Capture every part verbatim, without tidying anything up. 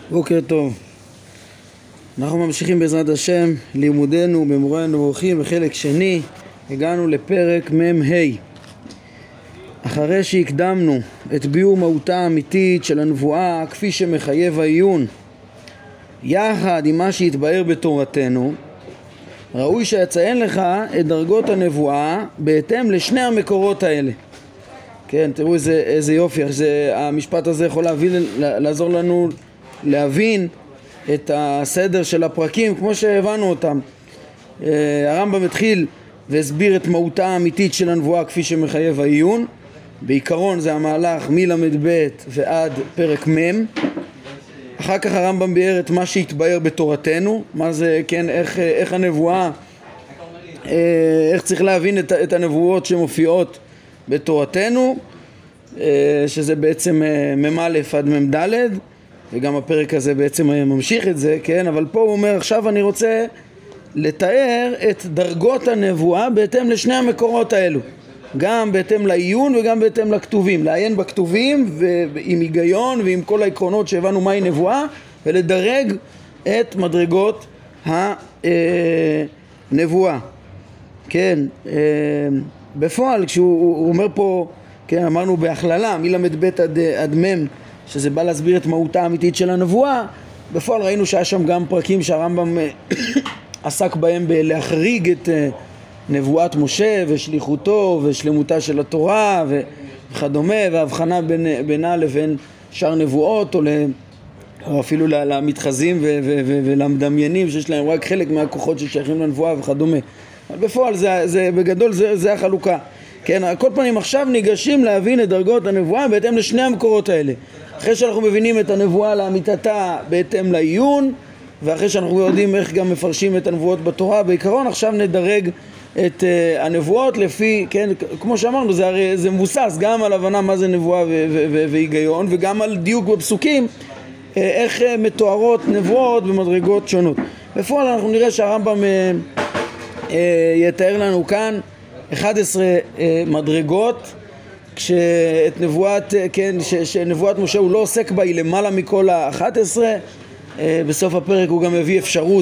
בוקר טוב. אנחנו ממשיכים בעזרת השם לימודנו במורה הנבוכים בחלק שני. הגענו לפרק מ"ה. אחרי שהקדמנו את ביאור מהותה האמיתית של הנבואה כפי שמחייב העיון יחד עם מה שהתבאר בתורתנו, ראוי שאציין לך את דרגות הנבואה בהתאם לשני המקורות האלה. כן, תראו איזה, איזה יופי, זה, המשפט הזה יכול להבין, לעזור לנו להבין את הסדר של הפרקים כמו שהבנו אותם. הרמב"ם התחיל והסביר את מהותה האמיתית של הנבואה כפי שמחייב העיון. בעיקרון זה המהלך מלמד ב' ועד פרק מ'. אחר כך הרמב"ם ביאר את מה שהתבאר בתורתנו, מה זה, כן, איך, איך הנבואה, איך צריך להבין את, את הנבואות שמופיעות בתורתנו, שזה בעצם מ"א עד מ"ד, וגם הפרק הזה בעצם ממשיך את זה, כן? אבל פה הוא אומר, עכשיו אני רוצה לתאר את דרגות הנבואה בהתאם לשני המקורות האלו, גם בהתאם לעיון וגם בהתאם לכתובים, לעיין בכתובים ועם היגיון ועם כל העקרונות שהבנו מהי נבואה, ולדרג את מדרגות הנבואה. כן, בפועל כשהוא אומר פה, כן, אמרנו בהכללה מלמד ב' עד, עד מ', שזה בא להסביר את מהותה האמיתית של הנבואה. בפועל ראינו שהיה שם גם פרקים שהרמב"ם עסק בהם בלהחריג את נבואת משה ושליחותו ושלמותה של התורה וכדומה, והבחנה בין, בינה לבין שאר נבואות, או, ל, או אפילו למתחזים ו, ו, ו, ולמדמיינים שיש להם רק חלק מהכוחות ששייכים לנבואה וכדומה. אבל בפועל זה, זה, בגדול זה, זה החלוקה. כן, על כל פנים עכשיו ניגשים להבין את דרגות הנבואה בהתאם לשני המקורות האלה. אחרי שאנחנו מבינים את הנבואה לאמיתתה בהתאם לעיון, ואחרי שאנחנו יודעים איך גם מפרשים את הנבואות בתורה בעיקרון, עכשיו נדרג את uh, הנבואות לפי, כן, כמו שאמרנו, זה הרי זה מבוסס גם על הבנה מה זה נבואה והיגיון, וגם על דיוק בפסוקים, uh, איך uh, מתוארות נבואות במדרגות שונות. בפועל אנחנו נראה שהרמב"ם uh, uh, יתאר לנו כאן אחת עשרה uh, מדרגות, כשאת נבואת, כן, ש, שנבואת משה הוא לא עוסק בה, היא למעלה מכל ה-אחת עשרה. uh, בסוף הפרק הוא גם מביא אפשרות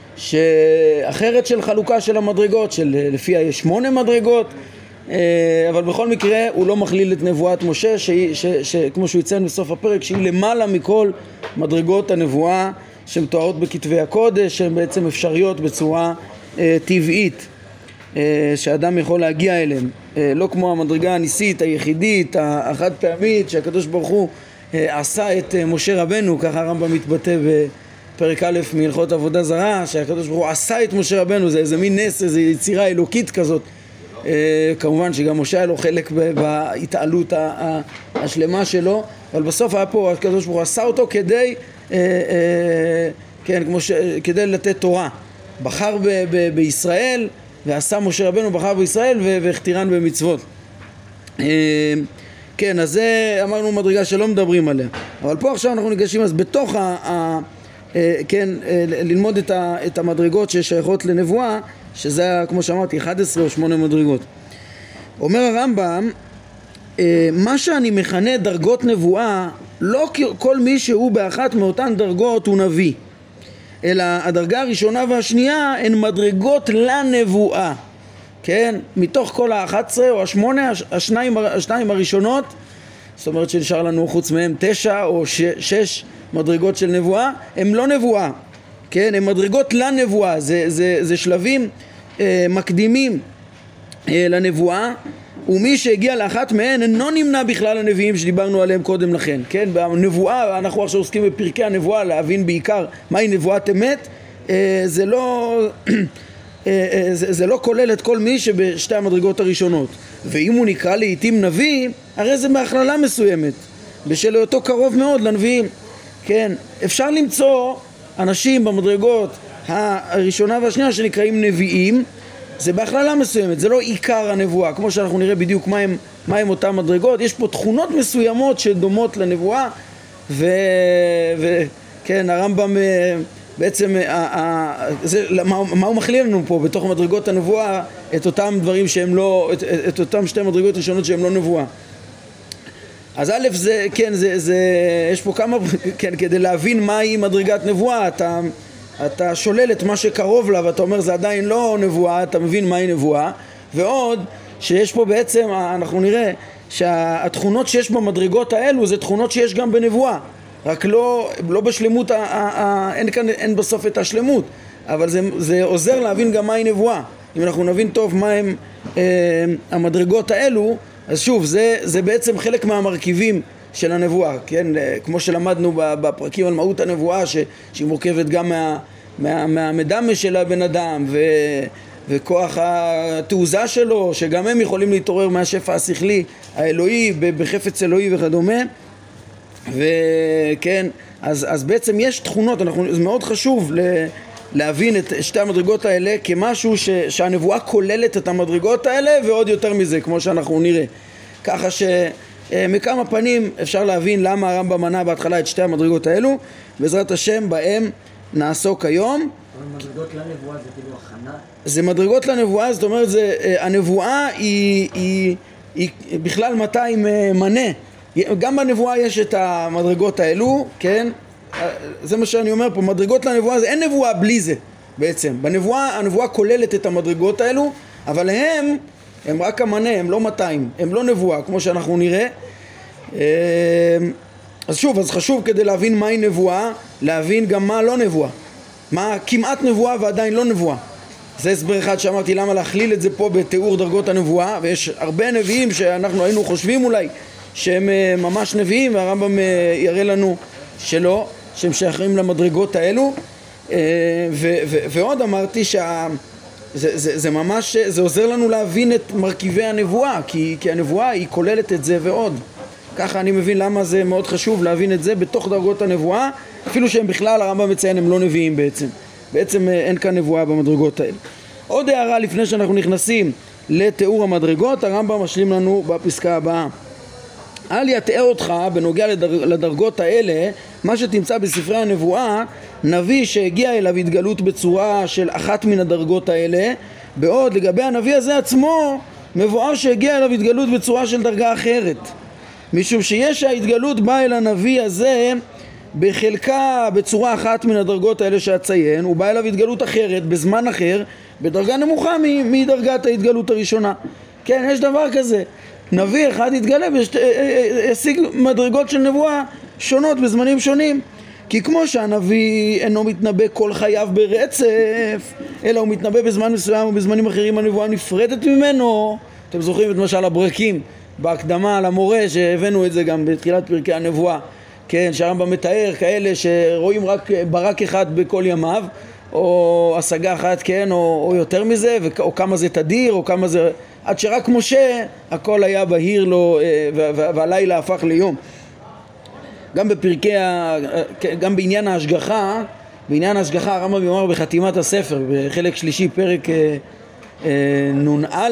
שאחרת של חלוקה של המדרגות, של לפיה יש שמונה מדרגות, אבל בכל מקרה הוא לא מכליל את נבואת משה, שהיא, ש, ש, כמו שהוא יציין בסוף הפרק, שהיא למעלה מכל מדרגות הנבואה שמתוארות בכתבי הקודש, שהן בעצם אפשריות בצורה אה, טבעית, אה, שאדם יכול להגיע אליהן, אה, לא כמו המדרגה הניסית, היחידית, החד פעמית, שהקדוש ברוך הוא אה, עשה את אה, משה רבנו, ככה הרמב"ם מתבטא ב... פרק א' מהלכות עבודה זרה, שהקדוש ברוך הוא עשה את משה רבנו, זה איזה מין נס, איזו יצירה אלוקית כזאת. אה, כמובן שגם משה היה לו חלק בהתעלות השלמה שלו, אבל בסוף היה פה, הקדוש ברוך הוא עשה אותו כדי, אה, אה, כן, כמו ש, כדי לתת תורה. בחר ב, ב, בישראל, ועשה משה רבנו, בחר בישראל והכתירן במצוות. אה, כן, אז זה אמרנו מדרגה שלא מדברים עליה. אבל פה עכשיו אנחנו ניגשים, אז בתוך ה... ה כן, ללמוד את, ה, את המדרגות ששייכות לנבואה, שזה כמו שאמרתי אחת עשרה או שמונה מדרגות. אומר הרמב"ם, מה שאני מכנה דרגות נבואה, לא כל מי שהוא באחת מאותן דרגות הוא נביא, אלא הדרגה הראשונה והשנייה הן מדרגות לנבואה. כן, מתוך כל ה-אחת עשרה או השמונה, השניים, השניים הראשונות, זאת אומרת שנשאר לנו חוץ מהם תשע או ש, שש מדרגות של נבואה, הם לא נבואה, כן, הם מדרגות לנבואה, זה, זה, זה שלבים אה, מקדימים אה, לנבואה, ומי שהגיע לאחת מהן אינו נמנע בכלל הנביאים שדיברנו עליהם קודם לכן, כן, בנבואה, אנחנו עכשיו עוסקים בפרקי הנבואה, להבין בעיקר מהי נבואת אמת, אה, זה לא... זה, זה לא כולל את כל מי שבשתי המדרגות הראשונות, ואם הוא נקרא לעתים נביא, הרי זה בהכללה מסוימת, בשל היותו קרוב מאוד לנביאים. כן, אפשר למצוא אנשים במדרגות הראשונה והשנייה שנקראים נביאים, זה בהכללה מסוימת, זה לא עיקר הנבואה, כמו שאנחנו נראה בדיוק מה הם, מה הם אותם מדרגות. יש פה תכונות מסוימות שדומות לנבואה, וכן, הרמב"ם בעצם, ה, ה, זה, מה, מה הוא מכליל לנו פה בתוך מדרגות הנבואה, את אותם דברים שהם לא, את, את אותם שתי מדרגות ראשונות שהם לא נבואה. אז א' זה, כן, זה, זה, יש פה כמה, כן, כדי להבין מהי מדרגת נבואה, אתה, אתה שולל את מה שקרוב לה ואתה אומר זה עדיין לא נבואה, אתה מבין מהי נבואה, ועוד שיש פה בעצם, אנחנו נראה שהתכונות שיש במדרגות האלו זה תכונות שיש גם בנבואה, רק לא, לא בשלמות, ה, ה, ה, אין כאן, אין בסוף את השלמות, אבל זה, זה עוזר להבין גם מהי נבואה. אם אנחנו נבין טוב מהם אה, המדרגות האלו, אז שוב, זה, זה בעצם חלק מהמרכיבים של הנבואה, כן? כמו שלמדנו בפרקים על מהות הנבואה, ש, שהיא מורכבת גם מה, מה, מהמדמה של הבן אדם, ו, וכוח התעוזה שלו, שגם הם יכולים להתעורר מהשפע השכלי האלוהי, בחפץ אלוהי וכדומה. וכן, אז, אז בעצם יש תכונות, אנחנו, זה מאוד חשוב ל... להבין את שתי המדרגות האלה כמשהו ש, שהנבואה כוללת את המדרגות האלה ועוד יותר מזה, כמו שאנחנו נראה. ככה שמכמה פנים אפשר להבין למה הרמב"ם מנה בהתחלה את שתי המדרגות האלו, בעזרת השם בהם נעסוק היום. מדרגות לנבואה זה כאילו הכנה? זה מדרגות לנבואה, זאת אומרת, זה, הנבואה היא, היא, היא, היא בכלל מתי מנה. גם בנבואה יש את המדרגות האלו, כן? זה מה שאני אומר פה, מדרגות לנבואה, זה אין נבואה בלי זה בעצם. בנבואה, הנבואה כוללת את המדרגות האלו, אבל הם, הם רק המנה, הם לא מאתיים, הם לא נבואה, כמו שאנחנו נראה. אז שוב, אז חשוב כדי להבין מהי נבואה, להבין גם מה לא נבואה. מה כמעט נבואה ועדיין לא נבואה. זה הסבר אחד שאמרתי למה להכליל את זה פה בתיאור דרגות הנבואה, ויש הרבה נביאים שאנחנו היינו חושבים אולי שהם ממש נביאים, והרמב"ם יראה לנו שלא, שהם שייכים למדרגות האלו. ו- ו- ועוד אמרתי שזה זה, זה ממש, זה עוזר לנו להבין את מרכיבי הנבואה, כי, כי הנבואה היא כוללת את זה ועוד. ככה אני מבין למה זה מאוד חשוב להבין את זה בתוך דרגות הנבואה, אפילו שהם בכלל, הרמב"ם מציין, הם לא נביאים בעצם. בעצם אין כאן נבואה במדרגות האלה. עוד הערה לפני שאנחנו נכנסים לתיאור המדרגות, הרמב"ם משלים לנו בפסקה הבאה. אל יטעה אותך בנוגע לדר... לדרגות האלה, מה שתמצא בספרי הנבואה, נביא שהגיע אליו התגלות בצורה של אחת מן הדרגות האלה, בעוד לגבי הנביא הזה עצמו, מבואר שהגיע אליו התגלות בצורה של דרגה אחרת. משום שיש ההתגלות באה אל הנביא הזה בחלקה בצורה אחת מן הדרגות האלה שאציין, הוא בא אליו התגלות אחרת בזמן אחר, בדרגה נמוכה מדרגת ההתגלות הראשונה. כן, יש דבר כזה. נביא אחד יתגלה וישיג מדרגות של נבואה שונות בזמנים שונים, כי כמו שהנביא אינו מתנבא כל חייו ברצף, אלא הוא מתנבא בזמן מסוים ובזמנים אחרים הנבואה נפרדת ממנו. אתם זוכרים את משל הברקים בהקדמה על המורה שהבאנו את זה גם בתחילת פרקי הנבואה, כן, שהרמב"ם מתאר כאלה שרואים רק ברק אחד בכל ימיו, או השגה אחת, כן, או, או יותר מזה, או כמה זה תדיר, או כמה זה, עד שרק משה הכל היה בהיר לו, והלילה הפך ליום. גם בפרקי, גם בעניין ההשגחה, בעניין ההשגחה הרמב"ם יאמר בחתימת הספר, בחלק שלישי פרק נ"א,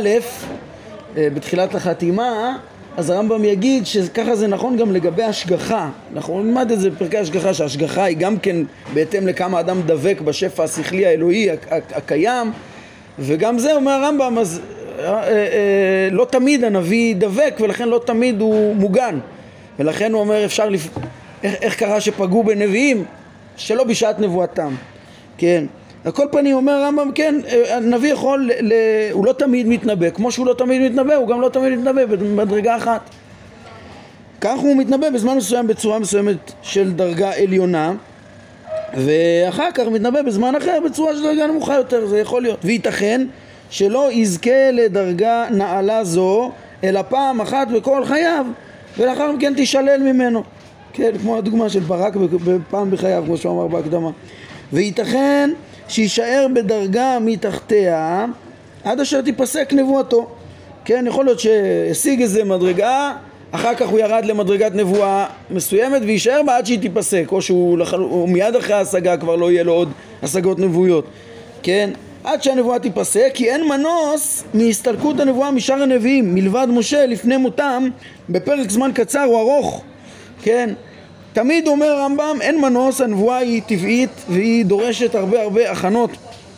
בתחילת החתימה, אז הרמב"ם יגיד שככה זה נכון גם לגבי השגחה. אנחנו נלמד את זה בפרקי השגחה, שההשגחה היא גם כן בהתאם לכמה אדם דבק בשפע השכלי האלוהי הקיים, וגם זה אומר הרמב"ם, אז אה, אה, לא תמיד הנביא דבק, ולכן לא תמיד הוא מוגן, ולכן הוא אומר אפשר לפ... איך, איך קרה שפגעו בנביאים שלא בשעת נבואתם, כן. על כל פנים אומר הרמב"ם, כן, הנביא יכול, ל... הוא לא תמיד מתנבא, כמו שהוא לא תמיד מתנבא, הוא גם לא תמיד מתנבא בדרגה אחת. כך הוא מתנבא בזמן מסוים בצורה מסוימת של דרגה עליונה, ואחר כך מתנבא בזמן אחר בצורה של דרגה נמוכה יותר, זה יכול להיות. וייתכן שלא יזכה לדרגה נעלה זו, אלא פעם אחת בכל חייו, ולאחר מכן תישלל ממנו. כן, כמו הדוגמה של ברק בפעם בחייו, כמו שהוא אמר בהקדמה. וייתכן שישאר בדרגה מתחתיה עד אשר תיפסק נבואתו. כן, יכול להיות שהשיג איזה מדרגה, אחר כך הוא ירד למדרגת נבואה מסוימת וישאר בה עד שהיא תיפסק, או שהוא לחל... מיד אחרי ההשגה כבר לא יהיה לו עוד השגות נבואיות. כן, עד שהנבואה תיפסק, כי אין מנוס מהסתלקות הנבואה משאר הנביאים מלבד משה לפני מותם בפרק זמן קצר או ארוך. כן, תמיד אומר הרמב"ם, אין מנוס, הנבואה היא טבעית והיא דורשת הרבה הרבה הכנות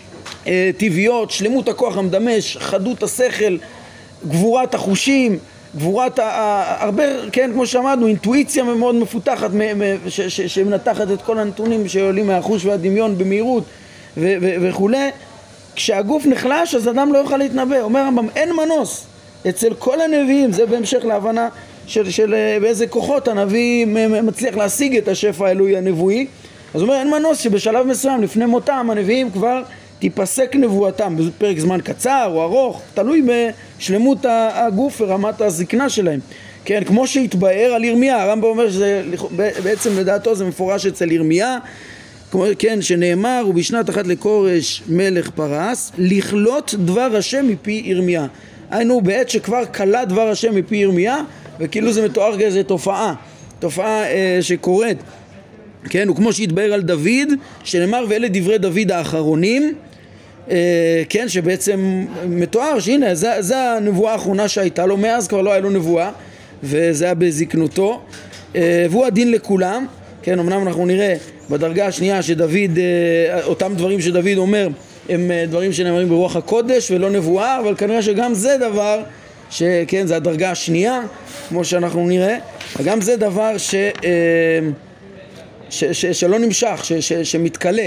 אה, טבעיות, שלמות הכוח המדמש, חדות השכל, גבורת החושים, גבורת, הרבה, כן, כמו שאמרנו, אינטואיציה מאוד מפותחת שמנתחת את כל הנתונים שעולים מהחוש והדמיון במהירות וכו'. כשהגוף נחלש אז אדם לא יוכל להתנבא. אומר הרמב"ם, אין מנוס אצל כל הנביאים, זה בהמשך להבנה של, של באיזה כוחות הנביא מצליח להשיג את השפע האלוהי הנבואי. אז הוא אומר, אין מנוס שבשלב מסוים לפני מותם הנביאים כבר תיפסק נבואתם בפרק זמן קצר או ארוך, תלוי בשלמות הגוף ורמת הזקנה שלהם. כן, כמו שהתבאר על ירמיה, הרמב"ם אומר שזה בעצם לדעתו זה מפורש אצל ירמיה, כן, שנאמר ובשנת אחת לכורש מלך פרס לכלות דבר השם מפי ירמיה. היינו בעת שכבר קלה דבר השם מפי ירמיה, וכאילו זה מתואר כאיזו תופעה, תופעה אה, שקורית. כן, וכמו שהתבאר על דוד, שנאמר ואלה דברי דוד האחרונים, אה, כן, שבעצם מתואר שהנה, זה, זה הנבואה האחרונה שהייתה לו, מאז כבר לא היה לו נבואה, וזה היה בזקנותו, אה, והוא הדין לכולם. כן, אמנם אנחנו נראה בדרגה השנייה שדוד, אה, אותם דברים שדוד אומר, הם אה, דברים שנאמרים ברוח הקודש ולא נבואה, אבל כנראה שגם זה דבר, שכן, זה הדרגה השנייה, כמו שאנחנו נראה, וגם זה דבר ש... אה, ש, ש, שלא נמשך, ש, ש, שמתקלה.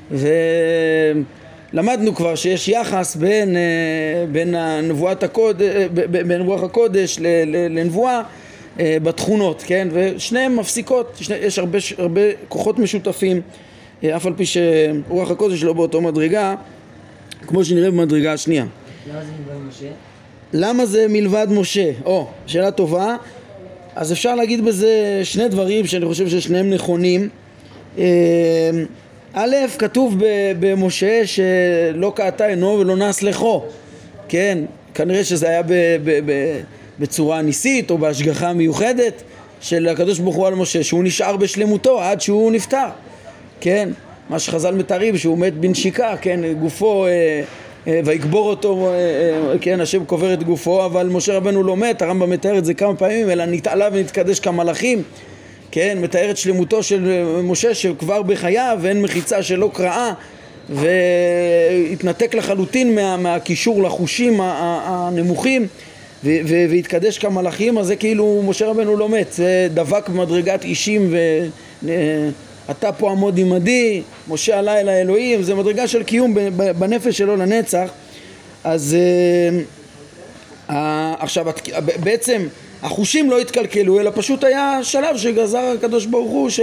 ולמדנו כבר שיש יחס בין, בין נבואת הקודש, בין רוח הקודש לנבואה בתכונות, כן? ושניהם מפסיקות, שני, יש הרבה, הרבה כוחות משותפים, אף על פי שרוח הקודש לא באותו מדרגה, כמו שנראה במדרגה השנייה. למה זה מלבד משה? למה זה מלבד משה? או, שאלה טובה. אז אפשר להגיד בזה שני דברים שאני חושב ששניהם נכונים. א', כתוב במשה שלא קעתה עינו ולא נס לחו. כן, כנראה שזה היה ב- ב- ב- בצורה ניסית או בהשגחה מיוחדת של הקדוש ברוך הוא על משה, שהוא נשאר בשלמותו עד שהוא נפטר. כן, מה שחז"ל מתארים שהוא מת בנשיקה, כן, גופו... ויקבור אותו, כן, השם קובר את גופו, אבל משה רבנו לא מת, הרמב"ם מתאר את זה כמה פעמים, אלא נתעלה ונתקדש כמלאכים, כן, מתאר את שלמותו של משה שכבר בחייו ואין מחיצה שלא קראה, והתנתק לחלוטין מה, מהקישור לחושים הנמוכים, והתקדש כמלאכים. אז זה כאילו משה רבנו לא מת, זה דבק במדרגת אישים ו... אתה פה עמוד עמדי, משה עלה אל האלוהים, זה מדרגה של קיום בנפש שלו לנצח. אז uh, עכשיו בעצם החושים לא התקלקלו, אלא פשוט היה שלב שגזר הקדוש ברוך הוא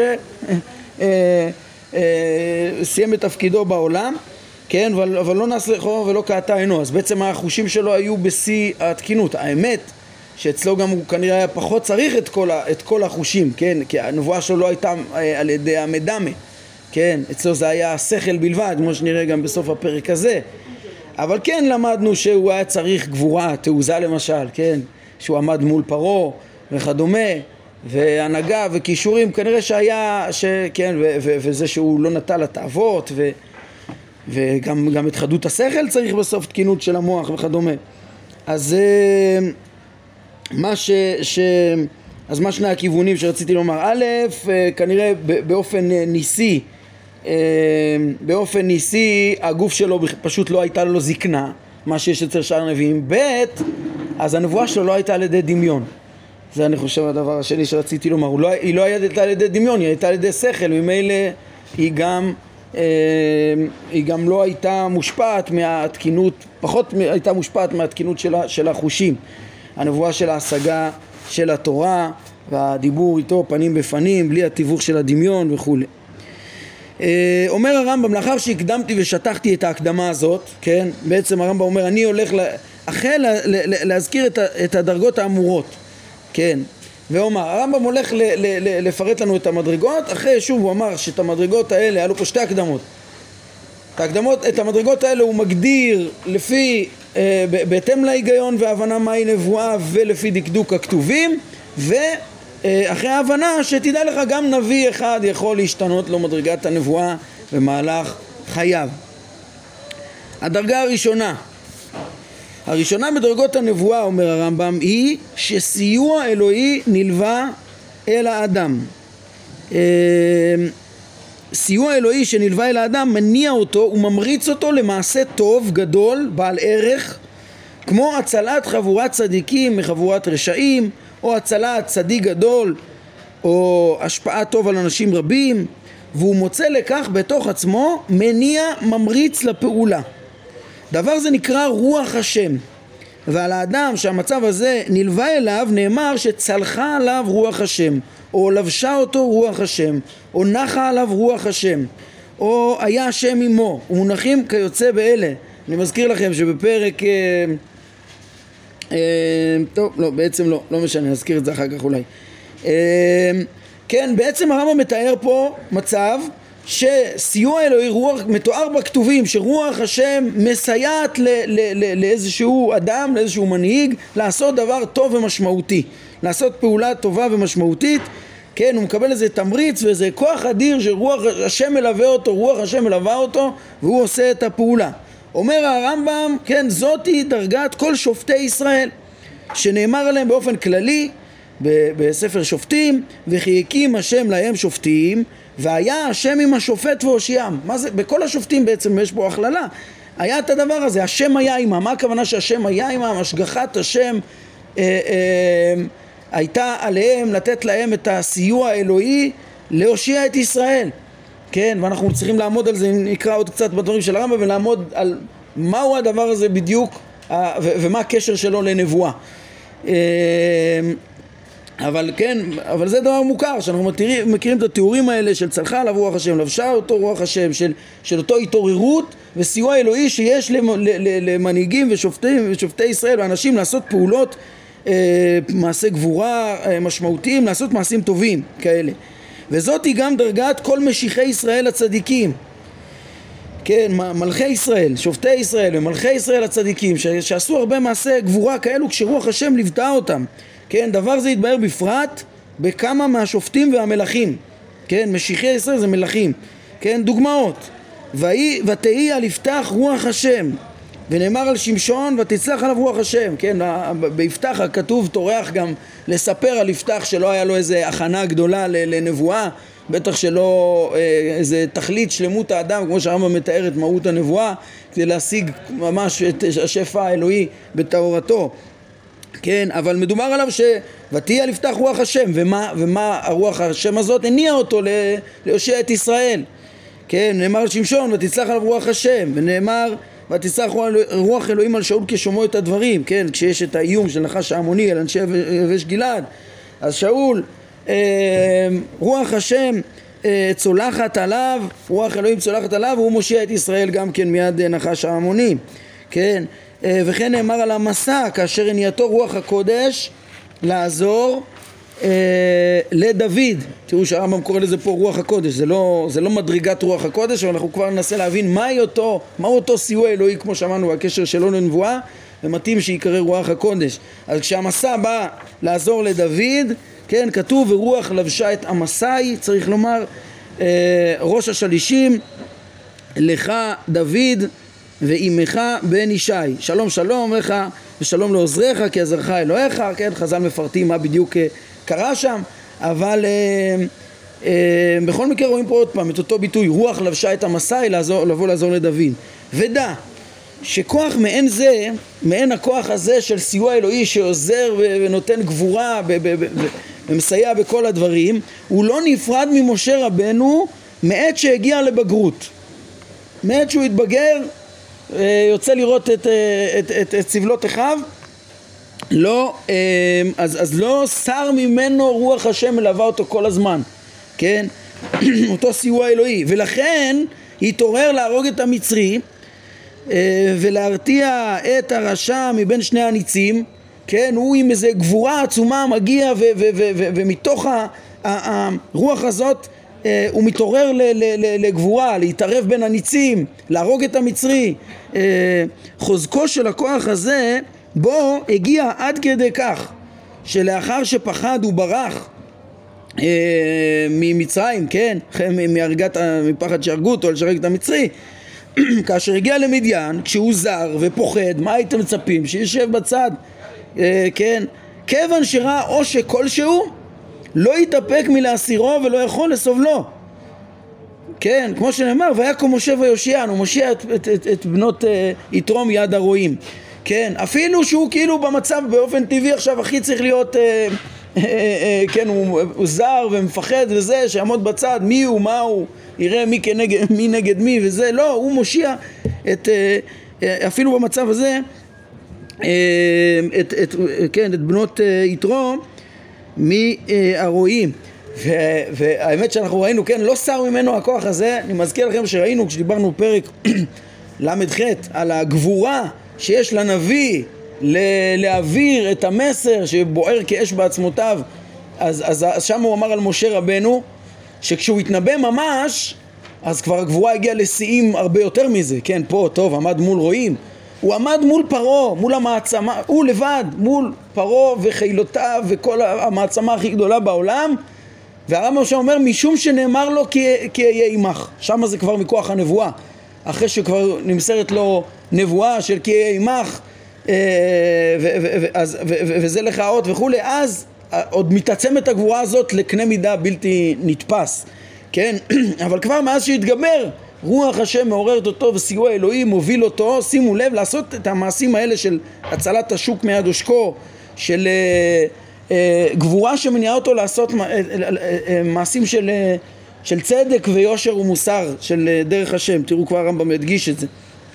שסיים את תפקידו בעולם, כן, אבל, אבל לא נס לחו ולא קעתה עינו. אז בעצם החושים שלו היו בשיא התקינות. האמת שאצלו גם הוא כנראה היה פחות צריך את כל, ה, את כל החושים, כן? כי הנבואה שלו לא הייתה אה, על ידי המדמה, כן? אצלו זה היה השכל בלבד, כמו שנראה גם בסוף הפרק הזה. אבל כן למדנו שהוא היה צריך גבורה, תעוזה למשל, כן? שהוא עמד מול פרו וכדומה, והנהגה וכישורים, כנראה שהיה, ש, כן? ו, ו, וזה שהוא לא נטל התאוות, ו, וגם גם את חדות השכל צריך בסוף תקינות של המוח וכדומה. אז... אה, מה ש... ש... אז מה שני הכיוונים שרציתי לומר? א', כנראה באופן ניסי, באופן ניסי הגוף שלו פשוט לא הייתה לו זקנה, מה שיש אצל שאר הנביאים. ב', אז הנבואה שלו לא הייתה על ידי דמיון. זה אני חושב הדבר השני שרציתי לומר. לא, היא לא הייתה על ידי דמיון, היא הייתה על ידי שכל, ממילא היא גם, היא גם לא הייתה מושפעת מהתקינות, פחות הייתה מושפעת מהתקינות של, של החושים. הנבואה של ההשגה של התורה והדיבור איתו פנים בפנים בלי התיווך של הדמיון וכו'. אומר הרמב"ם, לאחר שהקדמתי ושטחתי את ההקדמה הזאת, כן, בעצם הרמב"ם אומר אני הולך החל להזכיר את הדרגות האמורות, כן, ואומר הרמב"ם הולך לפרט לנו את המדרגות. אחרי שוב הוא אמר שאת המדרגות האלה, היה לו פה שתי הקדמות, את ההקדמות, את המדרגות האלה הוא מגדיר לפי בהתאם להיגיון והבנה מהי נבואה ולפי דקדוק הכתובים, ואחרי ההבנה שתדע לך גם נביא אחד יכול להשתנות לו מדרגת הנבואה במהלך חייו. הדרגה הראשונה הראשונה בדרגות הנבואה, אומר הרמב"ם, היא שסיוע אלוהי נלווה אל האדם. סיוע אלוהי שנלווה אל האדם מניע אותו וממריץ אותו למעשה טוב גדול בעל ערך כמו הצלת חבורת צדיקים מחבורת רשעים, או הצלת צדיק גדול, או השפעת טוב על אנשים רבים, והוא מוצא לכך בתוך עצמו מניע ממריץ לפעולה. דבר זה נקרא רוח השם, ועל האדם שהמצב הזה נלווה אליו נאמר שצלחה עליו רוח השם, או לבשה אותו רוח השם, או נחה עליו רוח השם, או היה השם עמו, ומונחים כיוצא באלה. אני מזכיר לכם שבפרק אה, אה, טוב, לא, בעצם לא, לא משנה, נזכיר את זה אחר כך אולי. אה, כן, בעצם הרמב"ם מתאר פה מצב שסיוע אלוהי, רוח, מתואר בכתובים שרוח השם מסייעת ל, ל, ל, לאיזשהו אדם, לאיזשהו מנהיג, לעשות דבר טוב ומשמעותי, לעשות פעולה טובה ומשמעותית. כן, הוא מקבל איזה תמריץ ואיזה כוח אדיר שרוח השם מלווה אותו, רוח השם מלווה אותו, והוא עושה את הפעולה. אומר הרמב"ם, כן, זאתי דרגת כל שופטי ישראל, שנאמר עליהם באופן כללי בספר שופטים, וכי הקים השם להם שופטים, והיה השם עם השופט והושיעם. מה זה? בכל השופטים בעצם יש פה הכללה. היה את הדבר הזה, השם היה עמם. מה הכוונה שהשם היה עמם? השגחת השם אה, אה, הייתה עליהם לתת להם את הסיוע האלוהי להושיע את ישראל. כן, ואנחנו צריכים לעמוד על זה, נקרא עוד קצת בדברים של הרמב"ם, ולעמוד על מהו הדבר הזה בדיוק, ו- ומה הקשר שלו לנבואה. אה, אבל כן, אבל זה דבר מוכר, שאנחנו מכירים, מכירים את התיאורים האלה של צלחה עליו רוח השם, לבשה אותו רוח השם, של, של אותו התעוררות וסיוע אלוהי שיש למנהיגים ושופטים ושופטי ישראל ואנשים לעשות פעולות, אה, מעשי גבורה אה, משמעותיים, לעשות מעשים טובים כאלה. וזאת היא גם דרגת כל משיחי ישראל הצדיקים, כן, מלכי ישראל, שופטי ישראל ומלכי ישראל הצדיקים, שעשו הרבה מעשי גבורה כאלו כשרוח השם ליוותה אותם. כן, דבר זה יתבהר בפרט בכמה מהשופטים והמלכים. כן, משיחי ישראל זה מלכים. כן, דוגמאות. ותהי על יפתח רוח השם, ונאמר על שמשון ותצלח עליו רוח השם. כן, ביפתח הכתוב טורח גם לספר על יפתח שלא היה לו איזה הכנה גדולה לנבואה, בטח שלא איזה תכלית שלמות האדם, כמו שהרמב"ם מתאר את מהות הנבואה, כדי להשיג ממש את השפע האלוהי בתורתו. כן, אבל מדובר עליו שוותהיה לפתח רוח השם, ומה, ומה הרוח השם הזאת הניעה אותו להושיע את ישראל. כן, נאמר על שמשון ותצלח עליו רוח השם, ונאמר ותצלח רוח אלוהים על שאול כשומעו את הדברים. כן, כשיש את האיום של נחש העמוני על אנשי יבש גלעד, אז שאול אה, רוח השם אה, צולחת עליו, רוח אלוהים צולחת עליו, והוא מושיע את ישראל גם כן מיד נחש העמוני. כן, וכן נאמר על המסע כאשר הנייתו רוח הקודש לעזור אה, לדוד. תראו שהרמב"ם קורא לזה פה רוח הקודש, זה לא, זה לא מדרגת רוח הקודש, אבל אנחנו כבר ננסה להבין מהי אותו, מהו אותו סיוע אלוהי, כמו שאמרנו, הקשר שלו לנבואה, ומתאים שיקרא רוח הקודש. אז כשהמסע בא לעזור לדוד, כן, כתוב ורוח לבשה את המסעי, צריך לומר אה, ראש השלישים לך דוד ואימך בן ישי, שלום שלום לך ושלום לעוזריך כי עזרך אלוהיך. כן, חז"ל מפרטים מה בדיוק קרה שם, אבל אה, אה, בכל מקרה רואים פה עוד פעם את אותו ביטוי, רוח לבשה את המסעי, לעזור, לבוא לעזור לדוד. ודע שכוח מעין זה, מעין הכוח הזה של סיוע אלוהי שעוזר ונותן גבורה ומסייע בכל הדברים, הוא לא נפרד ממשה רבנו מעת שהגיע לבגרות. מעת שהוא התבגר, יוצא לראות את, את, את, את סבלות אחיו, לא, אז, אז לא שר ממנו רוח השם מלווה אותו כל הזמן, כן? אותו סיוע אלוהי, ולכן התעורר להרוג את המצרי ולהרתיע את הרשע מבין שני הניצים. כן, הוא עם איזה גבורה עצומה מגיע ו- ו- ו- ו- ומתוך הרוח הזאת הוא מתעורר לגבורה, להתערב בין הניצים, להרוג את המצרי. חוזקו של הכוח הזה בו הגיע עד כדי כך שלאחר שפחד הוא ברח ממצרים, כן, מהרגת, מפחד שהרגו אותו על שהרג את המצרי, כאשר הגיע למדיין, כשהוא זר ופוחד, מה הייתם מצפים? שישב בצד, כן, כיוון שראה עושק כלשהו לא יתאפק מלהסירו ולא יכול לסובלו. כן, כמו שנאמר, ויקום משה ויושיען, הוא מושיע את, את, את, את בנות יתרו מיד הרועים. כן, אפילו שהוא כאילו במצב באופן טבעי עכשיו הכי צריך להיות, אה, אה, אה, כן, הוא, הוא זר ומפחד וזה, שיעמוד בצד, מי הוא, מה הוא, יראה מי, כנגד, מי נגד מי וזה, לא, הוא מושיע את, אה, אה, אפילו במצב הזה, אה, את, את, כן, את בנות אה, יתרו מהרועים. והאמת שאנחנו ראינו, כן, לא שר ממנו הכוח הזה. אני מזכיר לכם שראינו כשדיברנו פרק למד ח' על הגבורה שיש לנביא להעביר את המסר שבוער כאש בעצמותיו, אז, אז, אז שם הוא אמר על משה רבנו שכשהוא התנבא ממש אז כבר הגבורה הגיעה לשיאים הרבה יותר מזה. כן, פה טוב, עמד מול רועים, הוא עמד מול פרו, מול המעצמה, הוא לבד מול פרו וחילותיו וכל המעצמה הכי גדולה בעולם, והרמב"ם שם אומר משום שנאמר לו כי, כי אהיה עמך. שם זה כבר מכוח הנבואה, אחרי שכבר נמסרת לו נבואה של כי אהיה עמך, אה, ו, ו, ו, אז, ו, ו, וזה לך האות וכו', אז עוד מתעצמת הגבורה הזאת לקנה מידה בלתי נתפס, כן? אבל כבר מאז שהתגבר רוח השם מעוררת אותו וסיוע אלוהים מוביל אותו, שימו לב, לעשות את המעשים האלה של הצלת השוק מיד עושקו, של uh, uh, גבורה שמניעה אותו לעשות uh, uh, uh, מעשים של, uh, של צדק ויושר ומוסר של uh, דרך השם. תראו כבר הרמב"ם ידגיש את זה.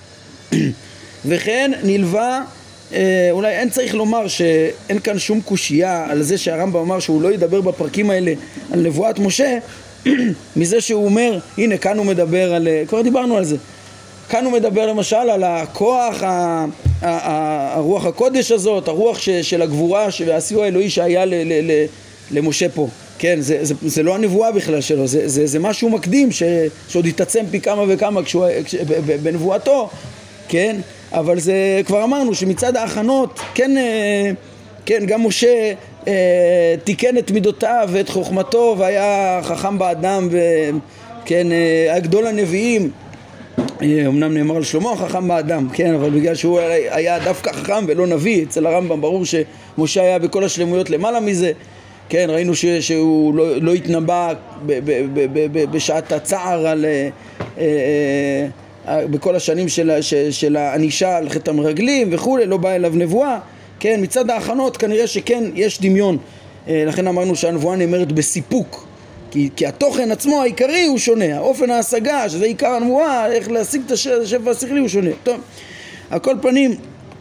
וכן נלווה, uh, אולי אין צריך לומר שאין כאן שום קושייה על זה שהרמב"ם אמר שהוא לא ידבר בפרקים האלה על נבואת משה, מזה שהוא אומר, הנה כאן הוא מדבר על, כבר דיברנו על זה, כאן הוא מדבר למשל על הכוח, ה, ה, ה, הרוח הקודש הזאת, הרוח ש, של הגבורה והסיוע האלוהי שהיה ל, ל, ל, למשה פה, כן, זה, זה, זה לא הנבואה בכלל שלו, זה, זה, זה משהו מקדים ש, שעוד יתעצם פי כמה וכמה כשהוא, כש, בנבואתו, כן, אבל זה כבר אמרנו שמצד ההכנות, כן, כן, גם משה אה, תיקן את מידותיו ואת חוכמתו והיה חכם באדם, וכן, אה, היה גדול הנביאים, אה, אמנם נאמר על שלמה חכם באדם, כן, אבל בגלל שהוא היה דווקא חכם ולא נביא, אצל הרמב"ם ברור שמשה היה בכל השלמויות למעלה מזה, כן, ראינו ש, שהוא לא, לא התנבא ב, ב, ב, ב, ב, בשעת הצער על, אה, אה, בכל השנים של, של, של האנישה על חטא המרגלים וכו', לא בא אליו נבואה, כן, מצד ההכנות כנראה שכן יש דמיון, לכן אמרנו שהנבואה נאמרת בסיפוק, כי, כי התוכן עצמו העיקרי הוא שונה, האופן ההשגה שזה עיקר הנבואה, איך להשיג את השפע השכלי הוא שונה. טוב, על כל פנים,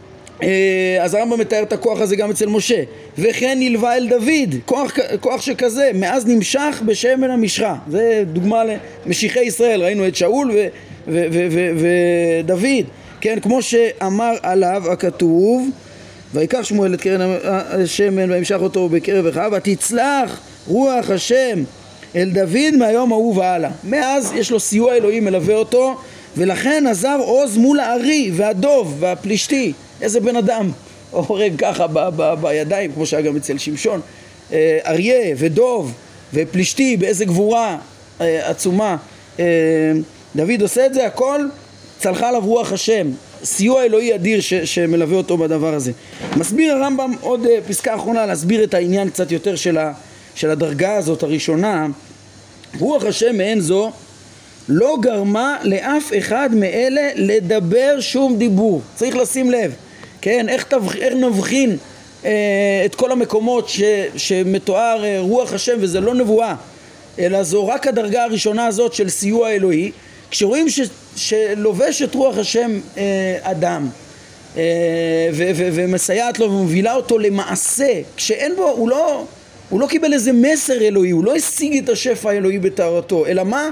אז הרמב"ם מתאר את הכוח הזה גם אצל משה. וכן נלווה אל דוד, כוח, כוח שכזה מאז נמשך בשמן המשחה, זה דוגמה למשיחי ישראל, ראינו את שאול ו, ו, ו, ו, ודוד, כן, כמו שאמר עליו הכתוב, ויקח שמואל את קרן השמן וימשך אותו בקרב אחיו, ותצלח רוח השם אל דוד מהיום ההוא והלאה. מאז יש לו סיוע אלוהי מלווה אותו, ולכן עזר עוז מול הארי והדוב והפלישתי. איזה בן אדם הורג ככה ב- ב- בידיים, כמו שהיה גם אצל שמשון, אריה ודוב ופלישתי, באיזה גבורה עצומה דוד עושה את זה, הכל צלחה עליו רוח השם, סיוע אלוהי אדיר ש- שמלווה אותו בדבר הזה. מסביר הרמב"ם עוד פסקה אחרונה להסביר את העניין קצת יותר של, ה- של הדרגה הזאת הראשונה. רוח השם מעין זו לא גרמה לאף אחד מאלה לדבר שום דיבור. צריך לשים לב, כן, איך, תבח, איך נבחין אה, את כל המקומות ש, שמתואר אה, רוח השם, וזה לא נבואה, אלא זו רק הדרגה הראשונה הזאת של סיוע אלוהי, כשרואים ש, שלובש את רוח השם אה, אדם, אה, ו, ו, ומסייעת לו ומובילה אותו למעשה, כשאין בו, הוא לא, הוא לא קיבל איזה מסר אלוהי, הוא לא השיג את השפע האלוהי בתארתו, אלא מה?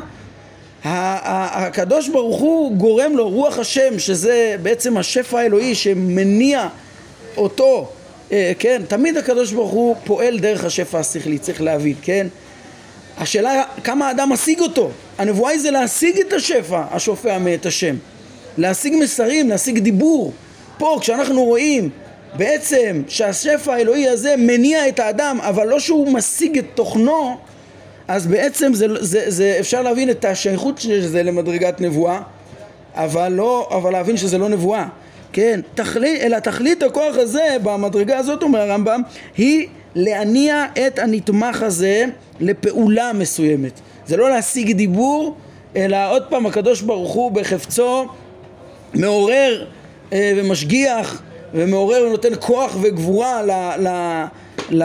הקדוש ברוך הוא גורם לו, רוח השם, שזה בעצם השפע האלוהי שמניע אותו, כן, תמיד הקדוש ברוך הוא פועל דרך השפע השכלי, צריך להבין, כן, השאלה כמה האדם משיג אותו. הנבואה היא זה להשיג את השפע השופע מאת השם, להשיג מסרים, להשיג דיבור. פה כשאנחנו רואים בעצם שהשפע האלוהי הזה מניע את האדם, אבל לא שהוא משיג את תוכנו, אז בעצם זה, זה, זה אפשר להבין את השייכות של זה למדרגת נבואה, אבל לא, אבל להבין שזה לא נבואה, כן, תכלית, אלא תכלית הכוח הזה במדרגה הזאת, אומר הרמב"ם, היא להניע את הנתמך הזה לפעולה מסוימת. זה לא להשיג דיבור, אלא עוד פעם הקדוש ברוך הוא בחפצו מעורר אה, ומשגיח ומעורר ונותן כוח וגבורה ל... ל... ל...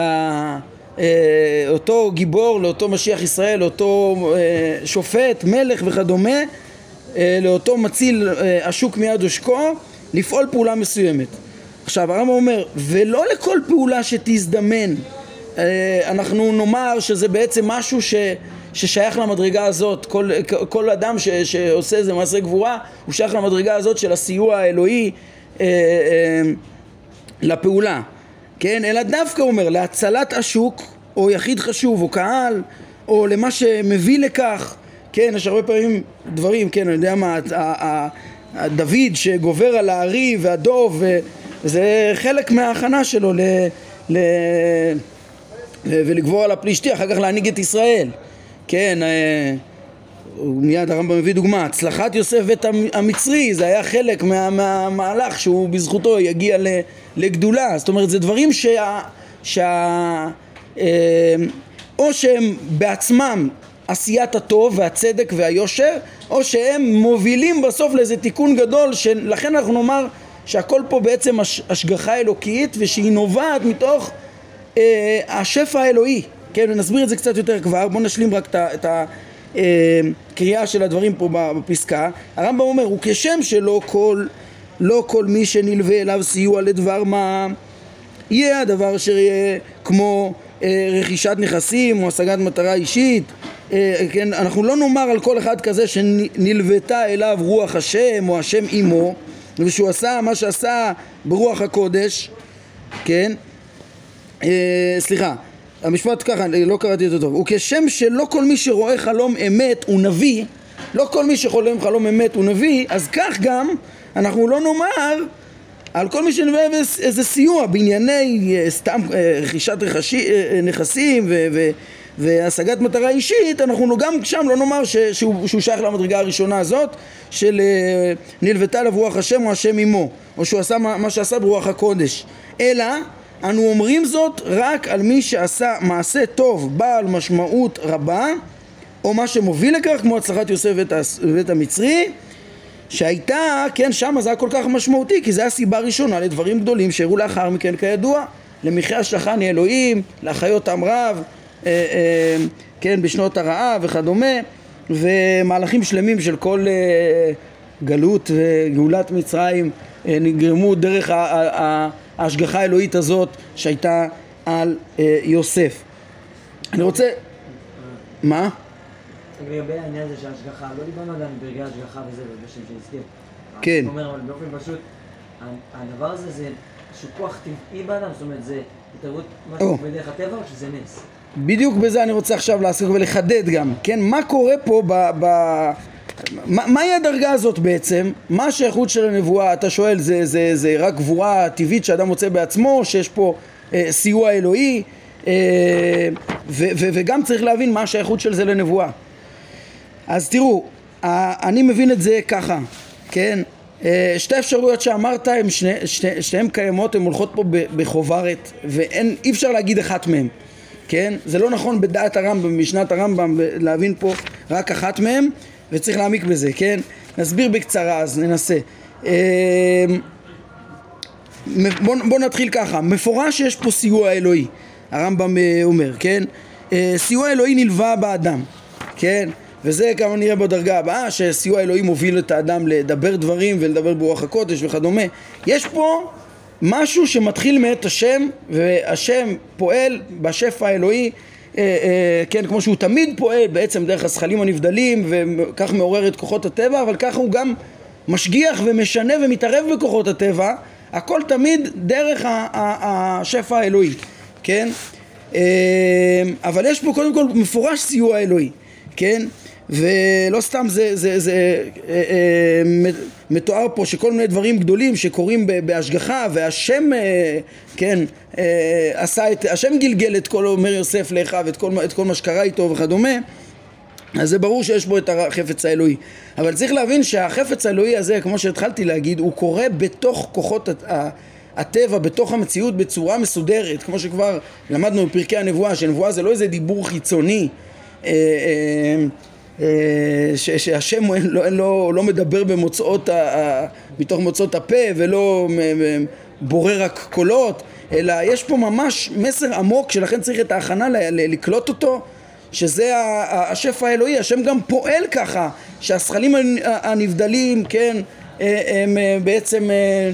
אותו גיבור, לאותו משיח ישראל, לאותו שופט, מלך וכדומה, לאותו מציל השוק מיד עושקו, לפעול פעולה מסוימת. עכשיו הרמב"ם אומר, ולא לכל פעולה שתזדמן, אנחנו נאמר שזה בעצם משהו ש, ששייך למדרגה הזאת, כל, כל אדם ש, שעושה איזה מעשה גבורה, הוא שייך למדרגה הזאת של הסיוע האלוהי אה, אה, לפעולה. כן, אלא דווקא אומר, להצלת השוק, או יחיד חשוב, או קהל, או למה שמביא לכך, כן, יש הרבה פעמים דברים, כן, אני יודע מה, דוד שגובר על הארי והדוב, וזה חלק מההכנה שלו ל, ל, ולגבור על הפלישתי, אחר כך להנהיג את ישראל, כן, מיד הרמב"ם מביא דוגמה, הצלחת יוסף ואת המצרי, זה היה חלק מה, מהמהלך שהוא בזכותו יגיע לגדולה. זאת אומרת, זה דברים שה, שה, או שהם בעצמם עשיית הטוב והצדק והיושר, או שהם מובילים בסוף לאיזה תיקון גדול, שלכן אנחנו נאמר שהכל פה בעצם השגחה אלוקית, ושהיא נובעת מתוך אה, השפע האלוהי. כן, ונסביר את זה קצת יותר כבר, בואו נשלים רק את ה... קריאה של הדברים פה בפסקה. הרמב"ם אומר, הוא כשם שלא כל, לא כל מי שנלווה אליו סיוע לדבר מה יהיה הדבר אשר יהיה כמו אה, רכישת נכסים או השגת מטרה אישית. אה, כן, אנחנו לא נאמר על כל אחד כזה שנלוותה אליו רוח השם או השם עמו, ושהוא עשה מה שעשה ברוח הקודש, כן, אה, סליחה, המשפט ככה, לא קראתי אותו טוב. וכשם שלא כל מי שרואה חלום אמת הוא נביא, לא כל מי שחולם חלום אמת הוא נביא, אז כך גם אנחנו לא נאמר על כל מי שנביא איזה סיוע בענייני סתם רכישת נכסים ו- ו- והשגת מטרה אישית. אנחנו גם שם לא נאמר ש- שהוא, שהוא שייך למדרגה הראשונה הזאת של נלוותה אליו רוח השם או השם עמו, או שהוא עשה מה, מה שעשה ברוח הקודש, אלא אנו אומרים זאת רק על מי שעשה מעשה טוב בעל משמעות רבה, או מה שמוביל לכך, כמו הצלחת יוסף ואת המצרי, שהייתה, כן, שם זה היה כל כך משמעותי, כי זה הסיבה הראשונה לדברים גדולים שהראו לאחר מכן כידוע, למחיה שלחני אלוהים, להחיות עם רב, אה, אה, כן, בשנות הרעב וכדומה, ומהלכים שלמים של כל אה, גלות וגאולת מצרים אה, נגרמו דרך ה... ה ההשגחה האלוהית הזאת שהייתה על אה, יוסף. אני רוצה... מה? לגבי העניין הזה של ההשגחה, לא דיברנו עדיין ברגעי ההשגחה וזה, בשם שהזכיר. כן. זאת אומרת, אבל באופן פשוט, הדבר הזה זה שהוא כוח טבעי באדם, זאת אומרת, זה התערבות משהו בדרך הטבע או שזה נס? בדיוק בזה אני רוצה עכשיו לעסוק ולחדד גם, כן? מה קורה פה ב... ב... מה, מהי הדרגה הזאת בעצם? מה השייכות של הנבואה? אתה שואל, זה, זה, זה רק גבורה טבעית שאדם מוצא בעצמו, שיש פה אה, סיוע אלוהי, אה, ו, ו, וגם צריך להבין מה השייכות של זה לנבואה. אז תראו, אה, אני מבין את זה ככה, כן? אה, שתי אפשרויות שאמרת, הם שני, שתי, שתיהן קיימות, הן הולכות פה בחוברת, ואי אפשר להגיד אחת מהן, כן? זה לא נכון בדעת הרמב"ם, משנת הרמב"ם, להבין פה רק אחת מהן, וצריך להעמיק בזה, כן? נסביר בקצרה, אז ננסה. בוא, בוא נתחיל ככה. מפורש שיש פה סיוע אלוהי, הרמב"ם אומר, כן? סיוע אלוהי נלווה באדם, כן? וזה כמה נראה בדרגה הבאה, שסיוע אלוהי מוביל את האדם לדבר דברים ולדבר ברוח הקודש וכדומה. יש פה משהו שמתחיל מאת השם, והשם פועל בשפע האלוהי, כן, כמו שהוא תמיד פועל בעצם דרך השכלים הנבדלים, וכך מעורר את כוחות הטבע, אבל ככה הוא גם משגיח ומשנה ומתערב בכוחות הטבע, הכל תמיד דרך השפע האלוהי, כן? אבל יש פה קודם כל מפורש סיוע אלוהי, כן? ולא סתם זה, זה, זה מתואר פה שכל מיני דברים גדולים שקורים בהשגחה, והשם, כן, עשה את, השם גלגל את כל, אומר יוסף לאחיו, את כל, את כל מה שקרה איתו וכדומה. אז זה ברור שיש בו את החפץ האלוהי, אבל צריך להבין שהחפץ האלוהי הזה, כמו שהתחלתי להגיד, הוא קורה בתוך כוחות הטבע, בתוך המציאות בצורה מסודרת, כמו שכבר למדנו בפרקי הנבואה, שנבואה זה לא איזה דיבור חיצוני, שהשם לא, לא, לא מדבר במוצאות ה, מתוך מוצאות הפה, ולא בורר רק קולות, אלא יש פה ממש מסר עמוק שלכן צריך את ההכנה ל- ל- לקלוט אותו, שזה השפע האלוהי. השם גם פועל ככה שהשכלים הנבדלים, כן, הם בעצם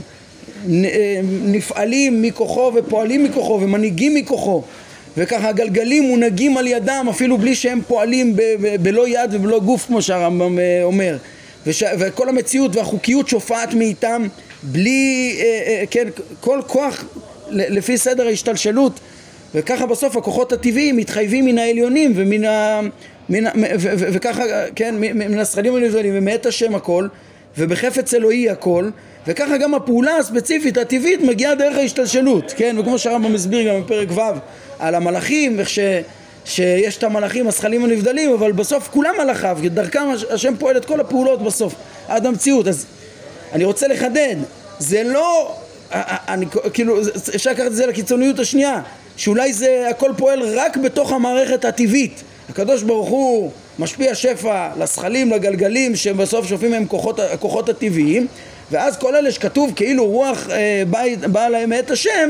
נפעלים מכוחו ופועלים מכוחו ומנהיגים מכוחו, וככה הגלגלים מונהגים על ידם אפילו בלי שהם פועלים ב- ב- בלא יד ובלא גוף, כמו שהרמב"ם אומר, וש- וכל המציאות והחוקיות שופעת מאיתם בלי, כן, כל כוח לפי סדר ההשתלשלות, וככה בסוף הכוחות הטבעיים מתחייבים מן העליונים ומן ה... מן, ו, ו, ו, וככה, כן, מן השכלים הנבדלים ומאת השם הכל, ובחפץ אלוהי הכל, וככה גם הפעולה הספציפית הטבעית מגיעה דרך ההשתלשלות, כן, וכמו שהרמב"ם מסביר גם בפרק ו' על המלאכים, וכש... שיש את המלאכים השכלים הנבדלים, אבל בסוף כולם מלאכיו, דרכם השם פועל את כל הפעולות בסוף עד המציאות. אז אני רוצה לחדד, זה לא, אני, כאילו, אפשר לקחת את זה לקיצוניות השנייה, שאולי זה הכל פועל רק בתוך המערכת הטבעית. הקדוש ברוך הוא משפיע שפע לשכלים, לגלגלים, שבסוף שופעים מהם כוחות, הכוחות הטבעיים, ואז כל אלה שכתוב כאילו רוח אה, בא, בא להם מאת השם,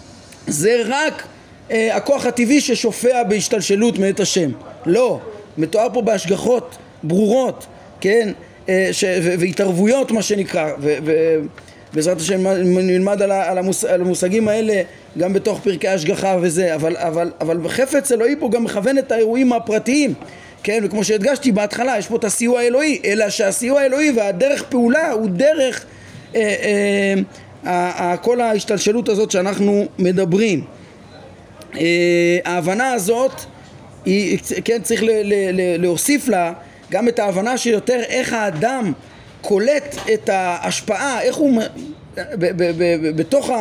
זה רק אה, הכוח הטבעי ששופע בהשתלשלות מאת השם. לא, מתואר פה בהשגחות ברורות, כן, אה, ש, ו, והתערבויות מה שנקרא, ו, ו, בעזרת השם נלמד על, על, המוש, על המושגים האלה גם בתוך פרקי השגחה וזה, אבל, אבל, אבל בחפץ אלוהי פה גם מכוון את האירועים הפרטיים, כן, וכמו שהדגשתי בהתחלה, יש פה את הסיוע האלוהי, אלא שהסיוע האלוהי והדרך פעולה הוא דרך אה, אה, אה, כל ההשתלשלות הזאת שאנחנו מדברים. אה, ההבנה הזאת, היא, כן, צריך ל, ל, ל, להוסיף לה גם את ההבנה שיותר איך האדם קולט את ההשפעה, איך הוא ב- ב- ב- בתוך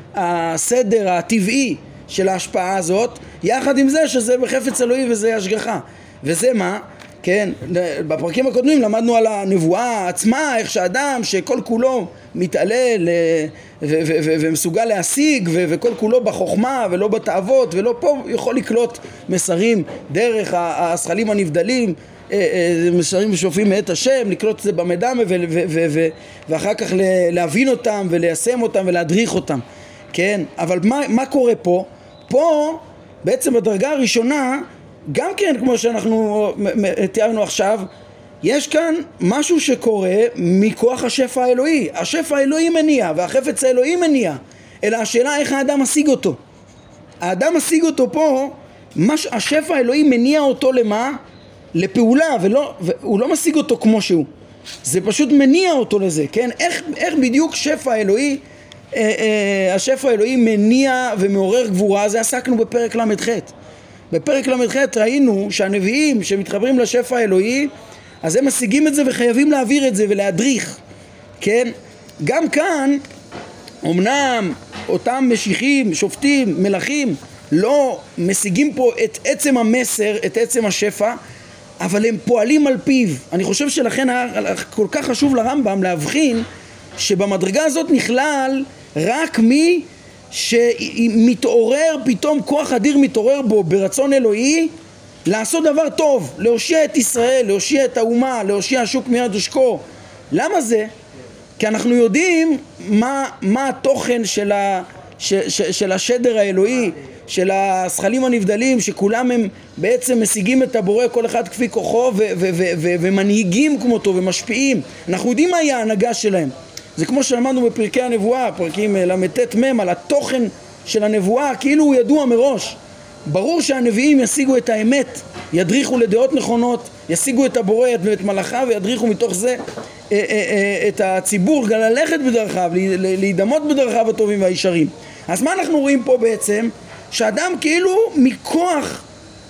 הסדר הטבעי של ההשפעה הזאת, יחד עם זה שזה בחפץ אלוהי וזה השגחה. וזה מה? כן, בפרקים הקודמים למדנו על הנבואה עצמה, איך שאדם שכל כולו מתעלל ו- ו- ו- ומסוגל להשיג ו- וכל כולו בחוכמה ולא בתאוות ולא פה, יכול לקלוט מסרים דרך השכלים הנבדלים, מסרים שופעים מאת השם, לקלוט את זה במדמה ו- ו- ו- ו- ואחר כך להבין אותם וליישם אותם ולהדריך אותם, כן? אבל מה, מה קורה פה? פה בעצם בדרגה הראשונה, גם כן כמו שאנחנו תיארנו עכשיו, יש כאן משהו שקורה מכוח השפע האלוהי. השפע האלוהי מניע והחפץ האלוהי מניע, אלא השאלה איך האדם משיג אותו. האדם משיג אותו פה, מש, השפע האלוהי מניע אותו למה? לפעולה, ולא, והוא לא משיג אותו כמו שהוא, זה פשוט מניע אותו לזה, כן? איך, איך בדיוק שפע האלוהי, אה, אה, השפע האלוהי מניע ומעורר גבורה, זה עסקנו בפרק למד ח'. בפרק למד ח' ראינו שהנביאים שמתחברים לשפע האלוהי, אז הם משיגים את זה וחייבים להעביר את זה ולהדריך, כן? גם כאן, אמנם אותם משיחים, שופטים, מלכים, לא משיגים פה את עצם המסר, את עצם השפע, אבל הם פועלים על פיו. אני חושב שלכן כל כך חשוב לרמב"ם להבחין שבמדרגה הזאת נכלל רק מי שמתעורר, פתאום כוח אדיר מתעורר בו ברצון אלוהי לעשות דבר טוב, להושיע את ישראל, להושיע את האומה, להושיע השוק מיד ושקו. למה זה? כי אנחנו יודעים מה, מה התוכן של, ה, ש, ש, של השדר האלוהי, של השכלים הנבדלים, שכולם הם בעצם משיגים את הבורא כל אחד כפי כוחו ו- ו- ו- ו- ומנהיגים כמותו ומשפיעים. אנחנו יודעים מה היה ההנהגה שלהם. זה כמו שלמדנו בפרקי הנבואה, פרקים למתת מם, על התוכן של הנבואה, כאילו הוא ידוע מראש. ברור שהנביאים ישיגו את האמת, ידריכו לדעות נכונות, ישיגו את הבורא ואת מלאכיו וידריכו מתוך זה את הציבור ללכת בדרכיו, להידמות בדרכיו הטובים והישרים. אז מה אנחנו רואים פה בעצם? שאדם כאילו מכוח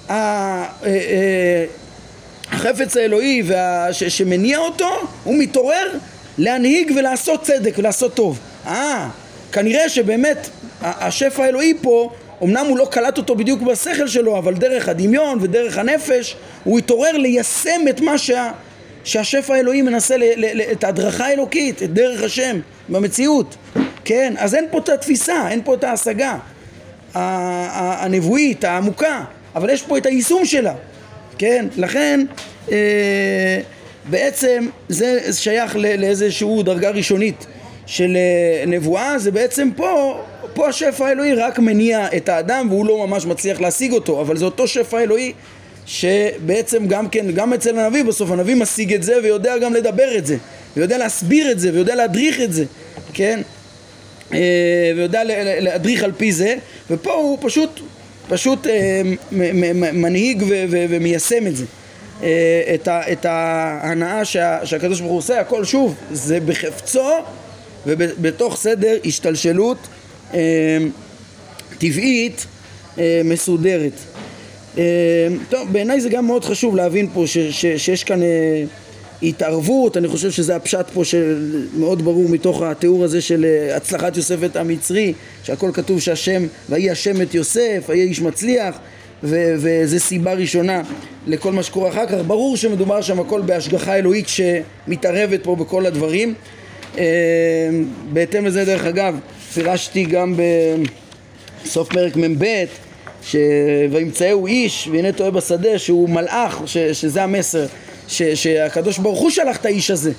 החפץ האלוהי שמניע אותו, הוא מתעורר להנהיג ולעשות צדק ולעשות טוב. אה, כנראה שבאמת השפע האלוהי פה, אמנם הוא לא קלט אותו בדיוק בשכל שלו, אבל דרך הדמיון ודרך הנפש הוא התעורר ליישם את מה שה, שהשפע האלוהי מנסה, ל, ל, ל, את ההדרכה האלוקית, את דרך השם במציאות. כן, אז אין פה את התפיסה, אין פה את ההשגה הנבואית, העמוקה, אבל יש פה את היישום שלה, כן? לכן אה, בעצם זה שייך לאיזשהו דרגה ראשונית של נבואה, זה בעצם פה, פה השפע האלוהי רק מניע את האדם והוא לא ממש מצליח להשיג אותו, אבל זה אותו שפע האלוהי שבעצם גם כן, גם אצל הנביא בסוף הנביא משיג את זה ויודע גם לדבר את זה, ויודע להסביר את זה, ויודע להדריך את זה, כן? ויודע להדריך על פי זה, ופה הוא פשוט, פשוט מנהיג ומיישם את זה. את, ה, את ההנאה שה, שהקדוש ברוך הוא עושה, הכל שוב, זה בחפצו ובתוך סדר השתלשלות אה, טבעית אה, מסודרת. אה, טוב, בעיניי זה גם מאוד חשוב להבין פה ש, ש, שיש כאן אה, התערבות, אני חושב שזה הפשט פה שמאוד ברור מתוך התיאור הזה של אה, הצלחת יוסף את המצרי, שהכל כתוב שהשם, ויהי השם את יוסף, ויהי איש מצליח, ו- וזה סיבה ראשונה לכל מה שקורה אחר כך. ברור שמדובר שם הכל בהשגחה אלוהית שמתערבת פה בכל הדברים. בהתאם לזה דרך אגב פירשתי גם בסוף פרק מ"ב שוימצאהו איש והנה טועה בשדה, שהוא מלאך, ש- שזה המסר ש- שהקדוש ברוך הוא שלח את האיש הזה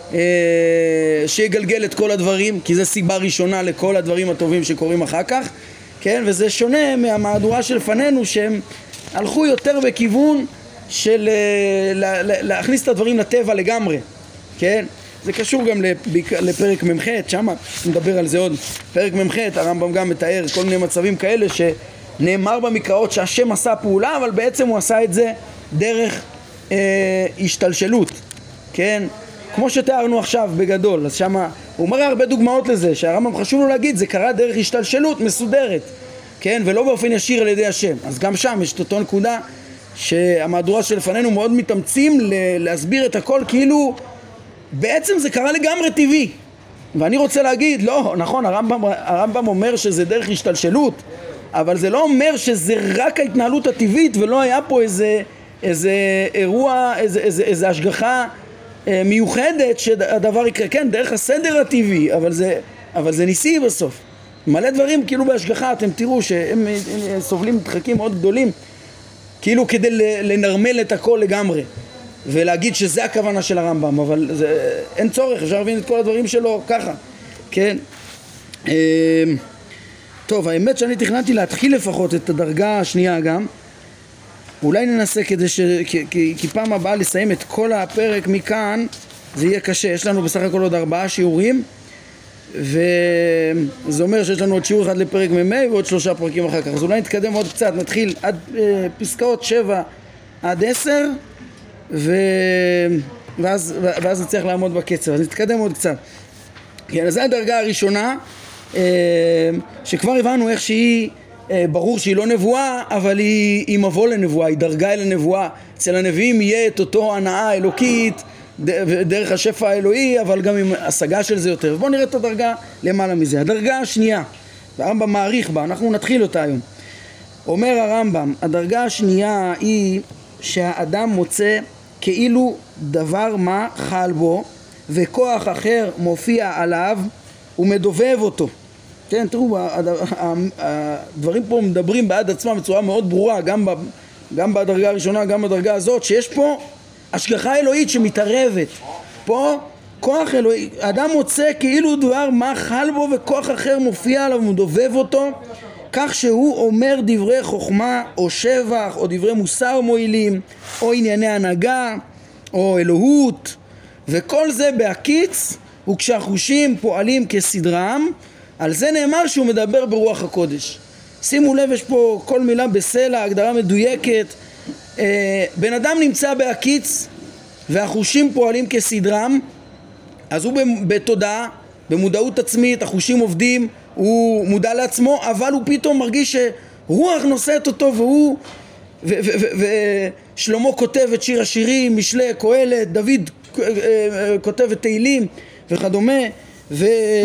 שיגלגל את כל הדברים, כי זה סיבה ראשונה לכל הדברים הטובים שקורים אחר כך, כן? וזה שונה מהמהדורה שלפנינו שהם הלכו יותר בכיוון של לה, לה, להכניס את הדברים לטבע לגמרי, כן? זה קשור גם לפרק ממ"ח, שם נדבר על זה עוד. פרק ממ"ח הרמב"ם גם מתאר כל מיני מצבים כאלה שנאמר במקראות שהשם עשה פעולה, אבל בעצם הוא עשה את זה דרך אה, השתלשלות, כן? כמו שתיארנו עכשיו בגדול. אז שם הוא מראה הרבה דוגמאות לזה שהרמב"ם חשוב לו להגיד זה קרה דרך השתלשלות מסודרת, כן? ולא באופן ישיר על ידי השם. אז גם שם יש את אותו נקודה שהמהדורה שלפנינו מאוד מתאמצים להסביר את הכל כאילו בעצם זה קרה לגמרי טבעי. ואני רוצה להגיד לא, נכון, הרמב"ם, הרמב"ם אומר שזה דרך השתלשלות, אבל זה לא אומר שזה רק ההתנהלות הטבעית ולא היה פה איזה, איזה אירוע, איזה, איזה, איזה השגחה מיוחדת שהדבר יקרה, כן, דרך הסדר הטבעי, אבל זה, אבל זה ניסי בסוף. מלא דברים כאילו בהשגחה, אתם תראו שהם סובלים מתחקים מאוד גדולים, כאילו כדי לנרמל את הכל לגמרי, ולהגיד שזה הכוונה של הרמב"ם, אבל זה, אין צורך, אפשר להבין את כל הדברים שלו ככה, כן? טוב, האמת שאני תכננתי להתחיל לפחות את הדרגה השנייה גם, אולי ננסה כדי ש... כי, כי, כי פעם הבאה לסיים את כל הפרק מכאן זה יהיה קשה. יש לנו בסך הכל עוד ארבעה שיעורים, וזה אומר שיש לנו עוד שיעור אחד לפרק ממ"ה ועוד שלושה פרקים אחר כך. אז אולי נתקדם עוד קצת, נתחיל עד אה, פסקאות שבע עד עשר, ו... ואז, ואז נצטרך לעמוד בקצב. אז נתקדם עוד קצת. כן, אז זו הדרגה הראשונה, אה, שכבר הבנו איך שהיא, ברור שהיא לא נבואה, אבל היא, היא מבוא לנבואה, היא דרגה אל הנבואה. אצל הנביאים יהיה את אותו הנאה אלוקית דרך השפע האלוהי, אבל גם עם השגה של זה יותר. בואו נראה את הדרגה למעלה מזה. הדרגה השנייה, הרמב"ם מעריך בה, אנחנו נתחיל אותה היום. אומר הרמב"ם, הדרגה השנייה היא שהאדם מוצא כאילו דבר מה חל בו וכוח אחר מופיע עליו ומדובב אותו. כן, תראו, הדברים פה מדברים בעד עצמם בצורה מאוד ברורה, גם, ב, גם בדרגה הראשונה, גם בדרגה הזאת, שיש פה השגחה אלוהית שמתערבת. פה כוח אלוהי, אדם מוצא כאילו דבר מה חל בו וכוח אחר מופיע עליו ומדובב אותו, כך שהוא אומר דברי חוכמה או שבח או דברי מוסר מועילים או ענייני הנהגה או אלוהות, וכל זה בהקיץ וכשהחושים פועלים כסדרם. על זה נאמר שהוא מדבר ברוח הקודש. שימו לב, יש פה כל מילה בסלע, הגדרה מדויקת. אה, בן אדם נמצא בהקיץ והחושים פועלים כסדרם, אז הוא בתודעה, במודעות עצמית, החושים עובדים, הוא מודע לעצמו, אבל הוא פתאום מרגיש שרוח נושאת אותו, והוא ושלמה כותב את שיר השירים, משלי, קהלת, דוד כותב את תהילים וכדומה, ו...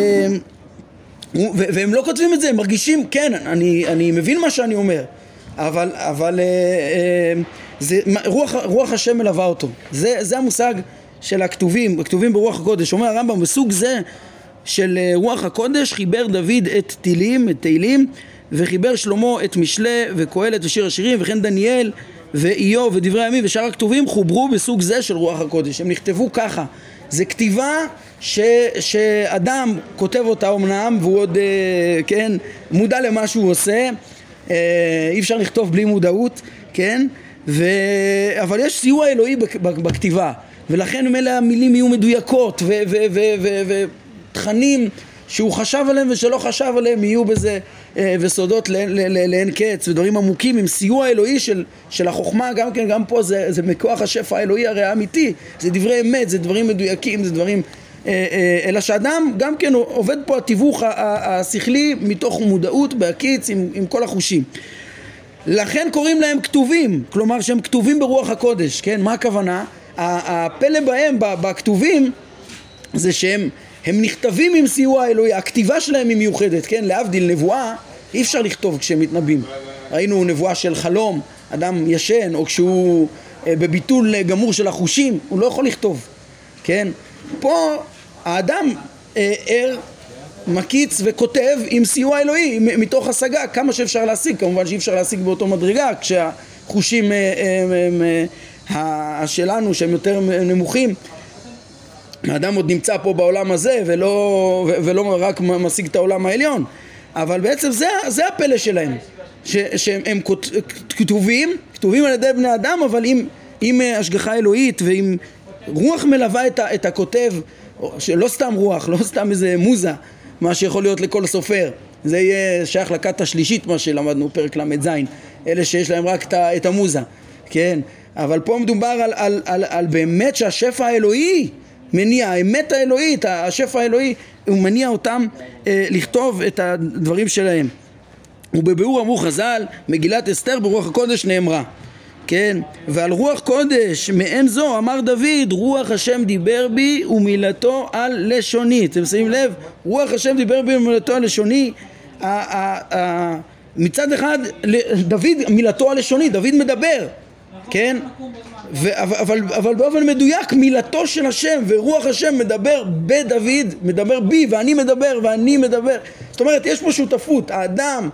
והם לא כותבים את זה, הם מרגישים, כן, אני, אני מבין מה שאני אומר, אבל, אבל זה, רוח, רוח השם מלווה אותו. זה, זה המושג של הכתובים, הכתובים ברוח הקודש. אומר הרמב"ם, בסוג זה של רוח הקודש חיבר דוד את תהילים, את תהילים, וחיבר שלמה את משלי וקהלת ושיר השירים, וכן דניאל ואיוב ודברי הימים ושאר הכתובים חוברו בסוג זה של רוח הקודש. הם נכתבו ככה. זה כתיבה ש, שאדם כותב אותה אומנם והוא עוד כן, מודע למה שהוא עושה, אי אפשר לכתוב בלי מודעות, כן? ו... אבל יש סיוע אלוהי בכתיבה, ולכן מלא המילים יהיו מדויקות ו... ו... ו... ו... ותכנים שהוא חשב עליהם ושלא חשב עליהם יהיו בזה, וסודות לאין קץ ודברים עמוקים עם סיוע אלוהי של, של החוכמה. גם כן, גם פה זה, זה מכוח השפע האלוהי הרי האמיתי, זה דברי אמת, זה דברים מדויקים, זה דברים, אלא שאדם גם כן עובד פה התיווך השכלי מתוך מודעות בהקיץ עם, עם כל החושים. לכן קוראים להם כתובים, כלומר שהם כתובים ברוח הקודש, כן? מה הכוונה? הפלא בהם בכתובים זה שהם הם נכתבים עם סיוע האלוהי, הכתיבה שלהם היא מיוחדת, כן? להבדיל נבואה, אי אפשר לכתוב כשהם מתנבאים. ראינו נבואה של חלום, אדם ישן, או כשהוא אה, בביטול גמור של החושים, הוא לא יכול לכתוב, כן? פה האדם אה, ער, מקיץ וכותב עם סיוע אלוהי, מתוך השגה, כמה שאפשר להשיג, כמובן שאי אפשר להשיג באותו מדרגה, כשהחושים אה, אה, אה, אה, שלנו שהם יותר נמוכים, האדם עוד נמצא פה בעולם הזה ולא, ולא רק משיג את העולם העליון, אבל בעצם זה, זה הפלא שלהם, ש, שהם כתובים, כתובים על ידי בני אדם, אבל עם, עם השגחה אלוהית ועם רוח מלווה את, את הכותב, שלא סתם רוח, לא סתם איזה מוזה, מה שיכול להיות לכל סופר. זה יהיה שייך לכת השלישית, מה שלמדנו פרק למד זין, אלה שיש להם רק את המוזה, כן? אבל פה מדובר על, על, על, על באמת שהשפע האלוהי מניע, האמת האלוהית, השפע האלוהי, הוא מניע אותם אה, לכתוב את הדברים שלהם. ובביאור אמרו חז"ל, מגילת אסתר ברוח הקודש נאמרה, כן? ועל רוח קודש מעין זו אמר דוד, רוח השם דיבר בי ומילתו על לשוני. אתם שמים לב? רוח השם דיבר בי ומילתו על לשוני. ה- ה- ה- מצד אחד דוד, מילתו על לשוני, דוד מדבר, כן? ו- אבל, אבל באופן מדויק מילתו של השם ורוח השם מדבר בדוד, מדבר בי ואני מדבר ואני מדבר. זאת אומרת, יש פה שותפות, האדם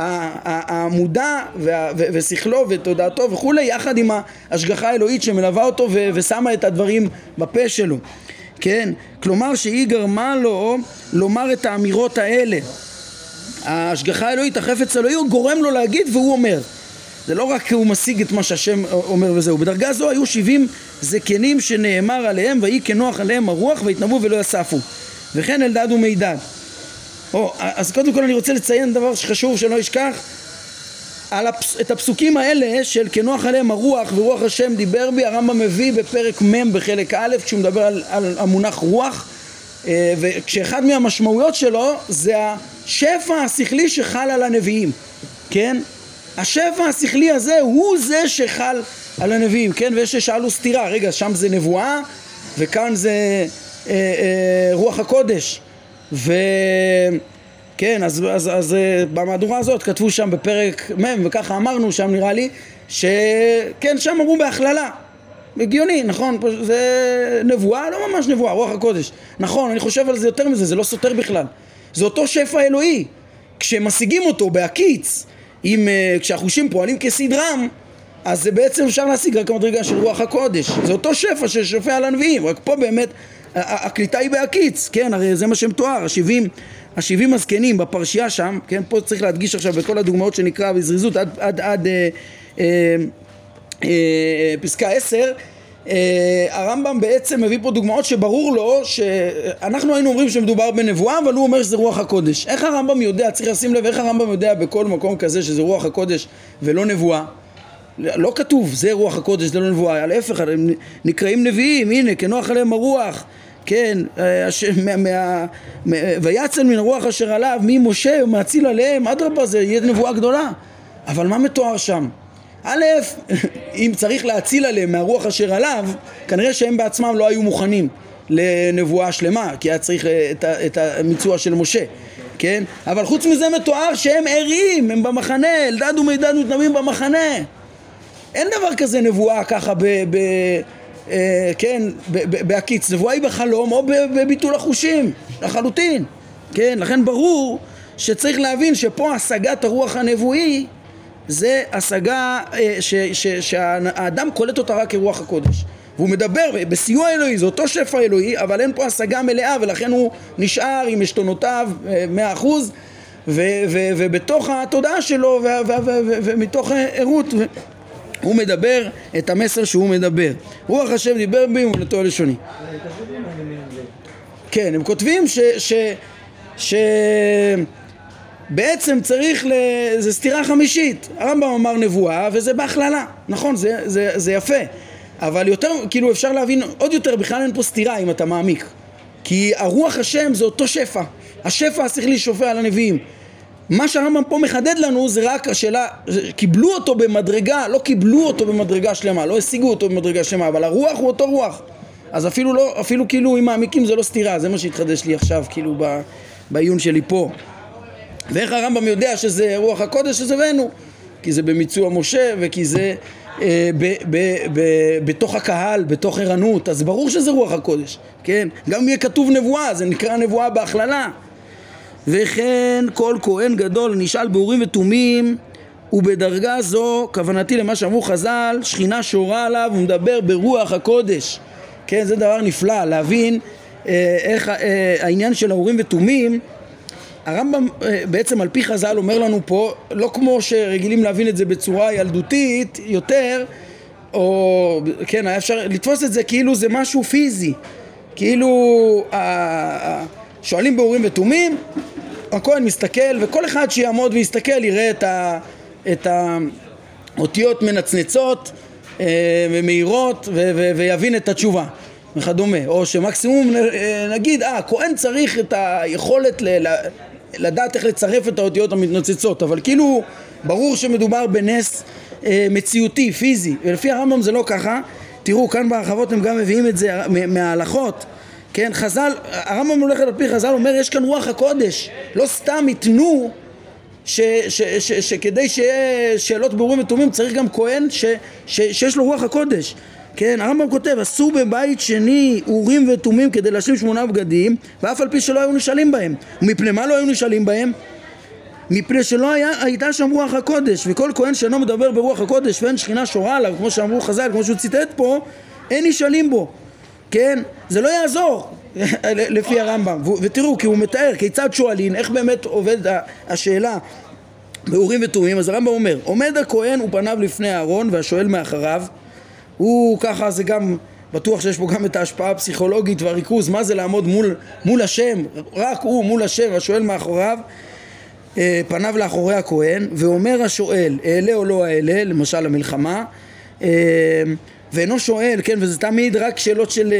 המודע ושכלו ותודעתו וכולי, יחד עם ההשגחה האלוהית שמלווה אותו ושמה את הדברים בפה שלו, כן? כלומר שהיא גרמה לו לומר את האמירות האלה. ההשגחה האלוהית, החפץ האלוהי, הוא גורם לו להגיד והוא אומר. זה לא רק הוא משיג את מה שהשם אומר וזהו. בדרגה זו היו שבעים זקנים שנאמר עליהם ויהי כנוח עליהם הרוח ויתנבאו ולא יספו, וכן אלדד ומידד. או, אז קודם כל אני רוצה לציין דבר שחשוב שלא ישכח, על הפס, את הפסוקים האלה של כנוח עליהם הרוח ורוח השם דיבר בי, הרמב"ם מביא בפרק מ' בחלק א', כשהוא מדבר על, על המונח רוח, וכשאחד מהמשמעויות שלו זה השפע השכלי שחל על הנביאים, כן? השפע השכלי הזה הוא זה שחל על הנביאים, כן? ויש ששאלו סתירה, רגע, שם זה נבואה וכאן זה אה, אה, רוח הקודש, וכן, אז, אז, אז במהדורה הזאת כתבו שם בפרק מ' וככה אמרנו שם, נראה לי שכן, שם אמרו בהכללה, הגיוני, נכון? זה נבואה, לא ממש נבואה, רוח הקודש, נכון, אני חושב על זה יותר מזה, זה לא סותר בכלל, זה אותו שפע אלוהי, כשמשיגים אותו בהקיץ, אם uh, כשהחושים פועלים כסדרם, אז זה בעצם אפשר להשיג רק המדרגה של רוח הקודש, זה אותו שפע ששופע על הנביאים, רק פה באמת הקליטה היא בהקיץ, כן, הרי זה מה שמתואר, השבעים, השבעים הזקנים בפרשייה שם, כן, פה צריך להדגיש עכשיו בכל הדוגמאות שנקרא בזריזות עד, עד, עד אה, אה, אה, פסקה עשר, אה, הרמב"ם בעצם מביא פה דוגמאות שברור לו שאנחנו היינו אומרים שמדובר בנבואה, אבל הוא אומר שזה רוח הקודש. איך הרמב"ם יודע, צריך לשים לב, איך הרמב"ם יודע בכל מקום כזה שזה רוח הקודש ולא נבואה? לא כתוב זה רוח הקודש, זה לא נבואה, להפך, הם נקראים נביאים, הנה כנוח עליהם הרוח, כן, ויצל מן הרוח אשר עליו ממשה ומאציל עליהם, אדרבה, זה יהיה נבואה גדולה. אבל מה מתואר שם? א', אם צריך להציל עליהם מהרוח אשר עליו, כנראה שהם בעצמם לא היו מוכנים לנבואה שלמה, כי היה צריך את, את המיצוע של משה, כן? אבל חוץ מזה מתואר שהם ערים, הם במחנה, אלדד ומידד מתנבאים במחנה. אין דבר כזה נבואה ככה ב... ב אה, כן, בהקיץ. נבואה היא בחלום או בביטול החושים, לחלוטין, כן? לכן ברור שצריך להבין שפה השגת הרוח הנבואי זה השגה ש, ש, שהאדם קולט אותה רק כרוח הקודש, והוא מדבר בסיוע אלוהי, זה אותו שפע אלוהי, אבל אין פה השגה מלאה, ולכן הוא נשאר עם השתונותיו מאה אחוז, ו, ו, ובתוך התודעה שלו ו, ו, ו, ו, ומתוך ערות הוא מדבר את המסר שהוא מדבר. רוח השם דיבר בי ומולדתו הלשוני. כן, הם כותבים ש... ש, ש בעצם צריך, זה סתירה חמישית. הרמב"ם אמר נבואה וזה בהכללה, נכון, זה, זה, זה יפה, אבל יותר, כאילו אפשר להבין עוד יותר, בכלל אין פה סתירה אם אתה מעמיק, כי הרוח השם זה אותו שפע, השפע השכלי שופע על הנביאים. מה שהרמב"ם פה מחדד לנו זה רק השאלה, קיבלו אותו במדרגה, לא קיבלו אותו במדרגה שלמה, לא השיגו אותו במדרגה שלמה, אבל הרוח הוא אותו רוח. אז אפילו לא, אפילו כאילו אם מעמיקים זה לא סתירה, זה מה שהתחדש לי עכשיו כאילו ב, בעיון שלי פה. ואיך הרמב"ם יודע שזה רוח הקודש? שזה בנו, כי זה במיצוע משה וכי זה אה, ב, ב, ב, בתוך הקהל, בתוך ערנות, אז ברור שזה רוח הקודש, כן? גם אם יהיה כתוב נבואה, זה נקרא נבואה בהכללה. וכן כל כהן גדול נשאל באורים ותומים, ובדרגה זו, כוונתי למה שאמרו חז"ל, שכינה שורה עליו ומדבר ברוח הקודש. כן, זה דבר נפלא, להבין אה, איך אה, העניין של האורים ותומים. הרמב"ם בעצם על פי חז"ל אומר לנו פה, לא כמו שרגילים להבין את זה בצורה ילדותית יותר, או כן, היה אפשר לתפוס את זה כאילו זה משהו פיזי, כאילו שואלים באורים ותומים, הכהן מסתכל, וכל אחד שיעמוד ויסתכל יראה את, ה, את האותיות מנצנצות ומהירות ו, ו, ויבין את התשובה וכדומה. או שמקסימום נגיד, אה, הכהן צריך את היכולת ל, ל, לדעת איך לצרף את האותיות המתנוצצות, אבל כאילו ברור שמדובר בנס אה, מציאותי, פיזי, ולפי הרמב"ם זה לא ככה. תראו, כאן בהרחבות הם גם מביאים את זה מההלכות, כן, חז"ל, הרמב"ם הולך על פי חז"ל, אומר יש כאן רוח הקודש, לא סתם יתנו ש, ש, ש, ש, שכדי שיהיה שאלות באורים ותומים צריך גם כהן ש, ש, שיש לו רוח הקודש. כן, הרמב"ם כותב, עשו בבית שני אורים ותומים כדי להשלים שמונה בגדים, ואף על פי שלא היו נשאלים בהם. ומפני מה לא היו נשאלים בהם? מפני שלא היה, הייתה שם רוח הקודש, וכל כהן שאינו מדבר ברוח הקודש ואין שכינה שורה עליו, כמו שאמרו חז"ל, כמו שהוא ציטט פה, אין נשאלים בו. כן, זה לא יעזור לפי הרמב"ם. ותראו, כי הוא מתאר כיצד שואלים, איך באמת עובד השאלה באורים ותומים. אז הרמב"ם אומר, עומד הכהן ופניו לפני הארון והשואל מאחריו. הוא ככה, זה גם בטוח שיש פה גם את ההשפעה הפסיכולוגית והריכוז, מה זה לעמוד מול, מול השם, רק הוא מול השם, השואל מאחוריו, פניו לאחורי הכהן, ואומר השואל, אעלה או לא אעלה, למשל למלחמה, ואינו שואל, כן, וזה תמיד רק שאלות של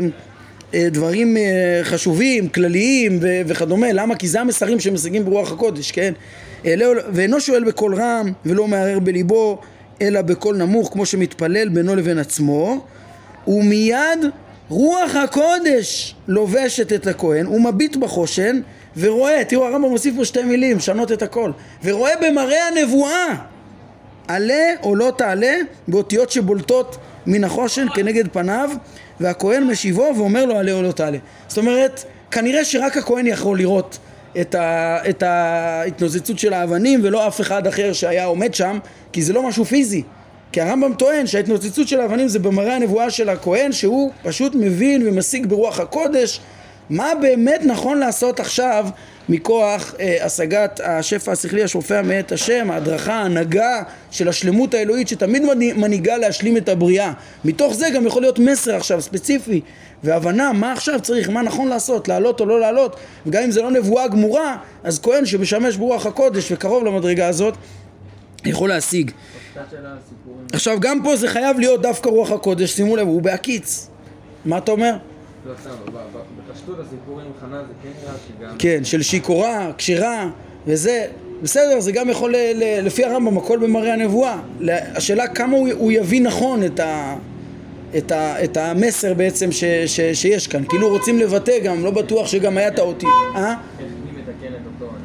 דברים חשובים, כלליים וכדומה. למה? כי זה המסרים שמשיגים ברוח הקודש, כן? ואינו שואל בקול רם ולא מערער בליבו, אלא בקול נמוך, כמו שמתפלל בינו לבין עצמו, ומיד רוח הקודש לובשת את הכהן, הוא מביט בחושן ורואה, תראו, הרמב"ם מוסיף פה שתי מילים, שנות את הכל, ורואה במראה הנבואה, עלה או לא תעלה, באותיות שבולטות מן החושן כנגד פניו, והכהן משיבו ואומר לו עלה או לא תעלה. זאת אומרת, כנראה שרק הכהן יכול לראות את, ה, את ההתנוצצות של האבנים, ולא אף אחד אחר שהיה עומד שם, כי זה לא משהו פיזי. כי הרמב"ם טוען שההתנוצצות של האבנים זה במראה הנבואה של הכהן, שהוא פשוט מבין ומשיג ברוח הקודש מה באמת נכון לעשות עכשיו מכוח אה, השגת השפע השכלי השופע מאת השם, ההדרכה, ההנהגה של השלמות האלוהית שתמיד מנהיגה להשלים את הבריאה. מתוך זה גם יכול להיות מסר עכשיו ספציפי והבנה מה עכשיו צריך, מה נכון לעשות, לעלות או לא לעלות. וגם אם זה לא נבואה גמורה, אז כהן שמשמש ברוח הקודש וקרוב למדרגה הזאת יכול להשיג. עכשיו גם פה זה חייב להיות דווקא רוח הקודש, שימו לב, הוא בהקיץ. מה אתה אומר? לא סתם, בפשטות הסיפורים חנה זה כן נראה שגם... כן, של שיקורה, קשירה, וזה, בסדר, זה גם יכול, לפי הרמב"ם, הכל במראה הנבואה. השאלה כמה הוא, הוא יביא נכון את, ה, את, ה, את המסר בעצם ש, ש, שיש כאן. כאילו רוצים לבטא גם, לא בטוח שגם היה טעותי. אה? איך מי מתקן את אותו?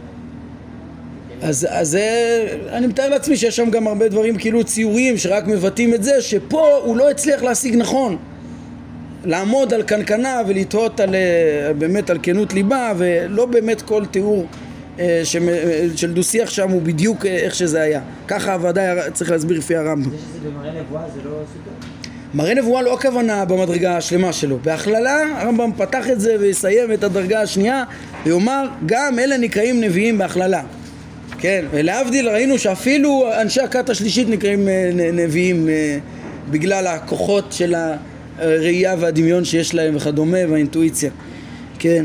אז, אז אני מתאר לעצמי שיש שם גם הרבה דברים כאילו ציוריים שרק מבטאים את זה, שפה הוא לא הצליח להשיג נכון. לעמוד על קנקנה ולתהות על, באמת על כנות ליבה, ולא באמת כל תיאור של דו-שיח שם הוא בדיוק איך שזה היה. ככה הוודאי צריך להסביר לפי הרמב"ם. זה שזה במראה נבואה זה לא סותר? מראה נבואה לא הכוונה במדרגה השלמה שלו. בהכללה הרמב"ם פתח את זה ויסיים את הדרגה השנייה ויאמר גם אלה נקראים נביאים בהכללה. כן, ולהבדיל ראינו שאפילו אנשי הכת השלישית נקראים נביאים בגלל הכוחות של הראייה והדמיון שיש להם וכדומה והאינטואיציה. כן.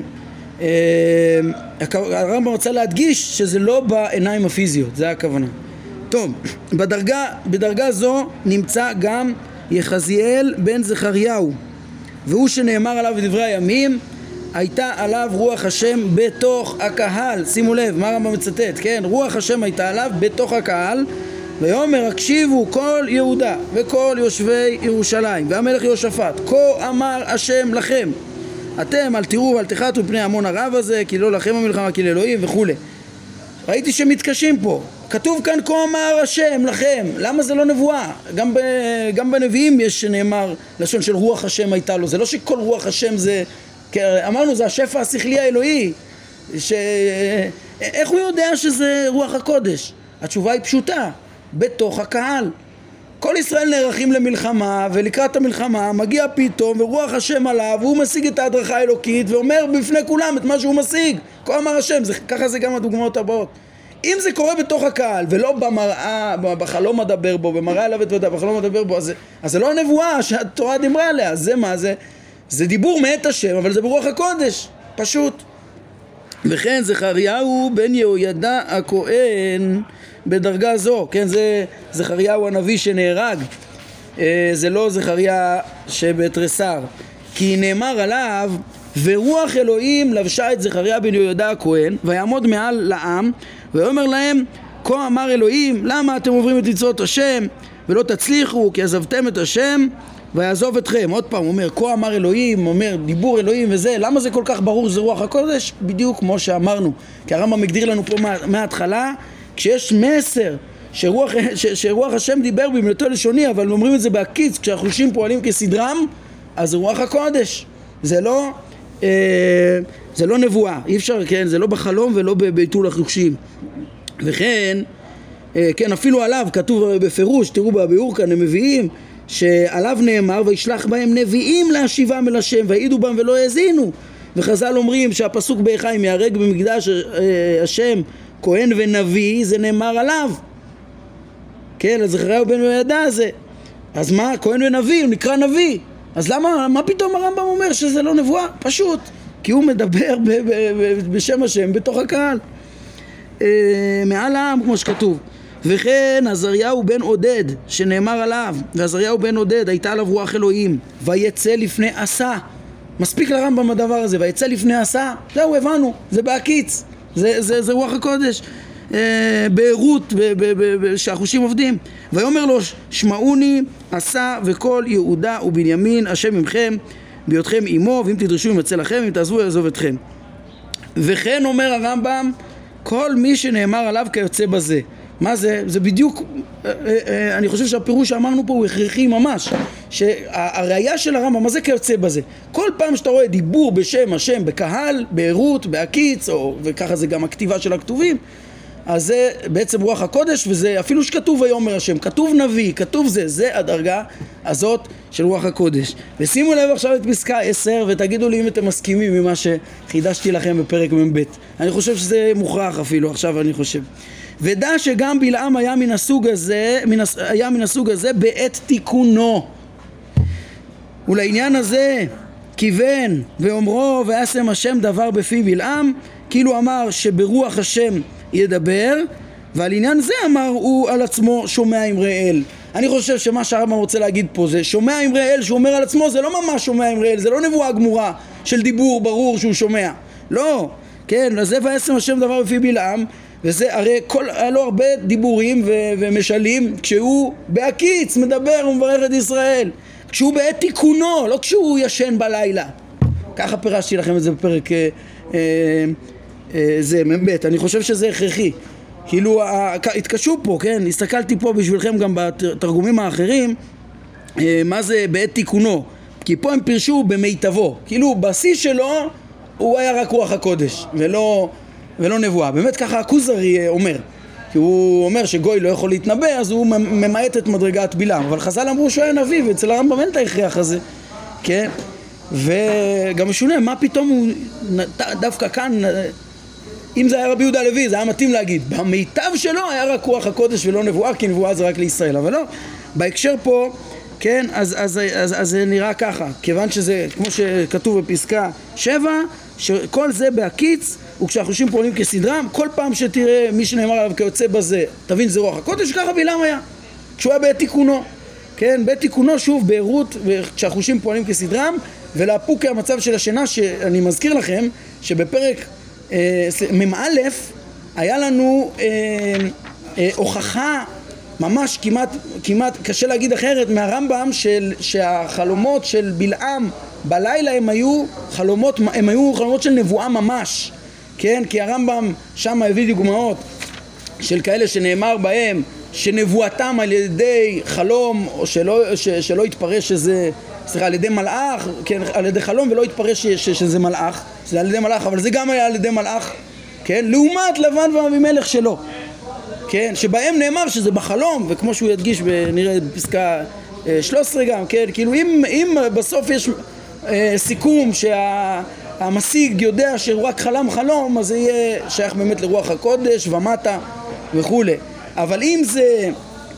הרמב"ם רוצה להדגיש שזה לא בעיניים הפיזיות, זה הכוונה. טוב, בדרגה, בדרגה זו נמצא גם יחזיאל בן זכריהו, והוא שנאמר עליו בדברי הימים, הייתה עליו רוח השם בתוך הקהל. שימו לב, מה הרמב"ם מצטט, כן? רוח השם הייתה עליו בתוך הקהל, ויאמר הקשיבו כל יהודה וכל יושבי ירושלים והמלך יהושפט, כה אמר השם לכם, אתם אל תראו ואל תחתו פני המון הרב הזה, כי לא לכם המלחמה כי לאלוהים וכו'. ראיתי שמתקשים פה, כתוב כאן כה אמר השם לכם, למה זה לא נבואה? גם, ב, גם בנביאים יש שנאמר לשון של רוח השם הייתה לו, זה לא שכל רוח השם זה, אמרנו זה השפע השכלי האלוהי, ש... איך הוא יודע שזה רוח הקודש? התשובה היא פשוטה, בתוך הקהל. כל ישראל נערכים למלחמה, ולקראת המלחמה מגיע פתאום ורוח השם עליו, והוא משיג את ההדרכה האלוקית ואומר בפני כולם את מה שהוא משיג. כה אמר השם, זה, ככה זה גם הדוגמאות הבאות. אם זה קורה בתוך הקהל ולא במראה, בחלום מדבר בו, במראה עליו את ודאי, בחלום מדבר בו, אז, אז זה לא הנבואה שהתורה דיברה עליה. זה מה זה? זה דיבור מאת השם, אבל זה ברוח הקודש, פשוט. וכן זכריהו בן יהוידע הכהן בדרגה זו, כן, זה זכריהו הנביא שנהרג, זה לא זכריה שבתרסר, כי נאמר עליו ורוח אלוהים לבשה את זכריה בן יהוידע הכהן ויעמוד מעל לעם ויאמר להם כה אמר אלוהים למה אתם עוברים את מצוות השם ולא תצליחו כי עזבתם את השם ויעזוב אתכם. עוד פעם, הוא אומר, כה אמר אלוהים, אומר דיבור אלוהים וזה, למה זה כל כך ברור שזה רוח הקודש? בדיוק כמו שאמרנו, כי הרמב"ם מגדיר לנו פה מה, מההתחלה, כשיש מסר שרוח, ש, שרוח השם דיבר במילתו לשוני, אבל אומרים את זה בהקיץ, כשהחושים פועלים כסדרם, אז זה רוח הקודש, זה לא, אה, זה לא נבואה, אי אפשר, כן, זה לא בחלום ולא בביטול החושים. וכן, אה, כן, אפילו עליו כתוב בפירוש, תראו בביאור כאן, הם מביאים, שעליו נאמר וישלח בהם נביאים להשיבם אל השם ויעידו בהם ולא האזינו. וחז"ל אומרים שהפסוק באחיים יהרג במקדש השם כהן ונביא, זה נאמר עליו, כן, אז זכריהו בן יהוידע הזה. אז מה, כהן ונביא, הוא נקרא נביא, אז למה, מה פתאום הרמב"ם אומר שזה לא נבואה? פשוט, כי הוא מדבר ב- ב- ב- בשם השם בתוך הקהל, אה, מעל העם כמו שכתוב. וכן עזריהו בן עודד שנאמר עליו, ועזריהו בן עודד הייתה עליו רוח אלוהים ויצא לפני עשה. מספיק לרמב"ם הדבר הזה, ויצא לפני עשה, זהו, הבנו, זה בהקיץ, זה, זה, זה רוח הקודש, אה, בעירות, שהחושים עובדים. ויאמר לו שמעוני עשה וכל יהודה ובנימין השם עמכם בהיותכם עמו, ואם תדרשו ימצא לכם, אם תעזבו יעזוב אתכם. וכן אומר הרמב"ם כל מי שנאמר עליו כיוצא בזה. מה זה? זה בדיוק, אני חושב שהפירוש שאמרנו פה הוא הכרחי ממש, שהראייה של הרמב"ם, מה זה כיוצא בזה? כל פעם שאתה רואה דיבור בשם השם בקהל, בעירות, בהקיץ, או, וככה זה גם הכתיבה של הכתובים, אז זה בעצם רוח הקודש, וזה אפילו שכתוב ויאמר השם, כתוב נביא, כתוב זה, זה הדרגה הזאת של רוח הקודש. ושימו לב עכשיו את פסקה עשר ותגידו לי אם אתם מסכימים ממה שחידשתי לכם בפרק מב'. אני חושב שזה מוכרח אפילו, עכשיו אני חושב. ודע שגם בלעם היה מן הסוג הזה, מן, היה מן הסוג הזה בעת תיקונו. ולעניין הזה כיוון ואומרו וישם השם דבר בפי בלעם, כאילו אמר שברוח השם ידבר, ועל עניין זה אמר הוא על עצמו שומע אמרי אל. אני חושב שמה שהרמב"ם רוצה להגיד פה זה שומע אמרי אל שהוא אומר על עצמו, זה לא ממש שומע אמרי אל, זה לא נבואה גמורה של דיבור ברור שהוא שומע, לא, כן, אז זה וישם השם דבר בפי בלעם, וזה הרי כל, היה לו הרבה דיבורים ו- ומשלים כשהוא בהקיץ מדבר ומברך את ישראל, כשהוא בעת תיקונו, לא כשהוא ישן בלילה. ככה פירשתי לכם את זה בפרק אה, אה, אה, זה מבית. אני חושב שזה הכרחי, כאילו אה, התקשו פה, כן, הסתכלתי פה בשבילכם גם בתרגומים האחרים אה, מה זה בעת תיקונו, כי פה הם פירשו במיטבו, כאילו בשיא שלו הוא היה רק רוח הקודש ולא ולא נבואה. באמת ככה הכוזרי אומר, כי הוא אומר שגוי לא יכול להתנבא, אז הוא ממעט את מדרגת בלעם, אבל חז"ל אמרו שהוא היה נביא, ואצל הרמב"ם אין את ההכרח הזה, כן? וגם משונה, מה פתאום הוא דווקא כאן, אם זה היה רבי יהודה הלוי, זה היה מתאים להגיד, במיטב שלו היה רק רוח הקודש ולא נבואה, כי נבואה זה רק לישראל, אבל לא, בהקשר פה, כן, אז, אז, אז, אז זה נראה ככה, כיוון שזה, כמו שכתוב בפסקה שבע, שכל זה בהקיץ, וכשהחושים פועלים כסדרם, כל פעם שתראה מי שנאמר עליו כיוצא בזה, תבין זה רוח הקודש, ככה בלעם היה, כשהוא היה בעת תיקונו, כן, בעת תיקונו שוב בעירות, כשהחושים פועלים כסדרם, ולאפוק המצב של השינה, שאני מזכיר לכם, שבפרק אה, ממא' היה לנו אה, אה, הוכחה ממש כמעט, כמעט קשה להגיד אחרת מהרמב"ם של, שהחלומות של בלעם בלילה הם היו חלומות, הם היו חלומות של נבואה ממש, כן? כי הרמב"ם שם הביא דוגמאות של כאלה שנאמר בהם שנבואתם על ידי חלום או שלא, ש, שלא יתפרש שזה, סליחה, על ידי מלאך, כן? על ידי חלום ולא יתפרש ש, ש, שזה מלאך, זה על ידי מלאך, אבל זה גם היה על ידי מלאך, כן? לעומת לבן ואבימלך שלו, כן? שבהם נאמר שזה בחלום, וכמו שהוא ידגיש נראה בפסקה שלוש עשרה גם, כן? כאילו אם, אם בסוף יש אה, סיכום שהמשיג יודע שהוא רק חלם חלום, אז זה יהיה שייך באמת לרוח הקודש ומטה וכו'. אבל אם זה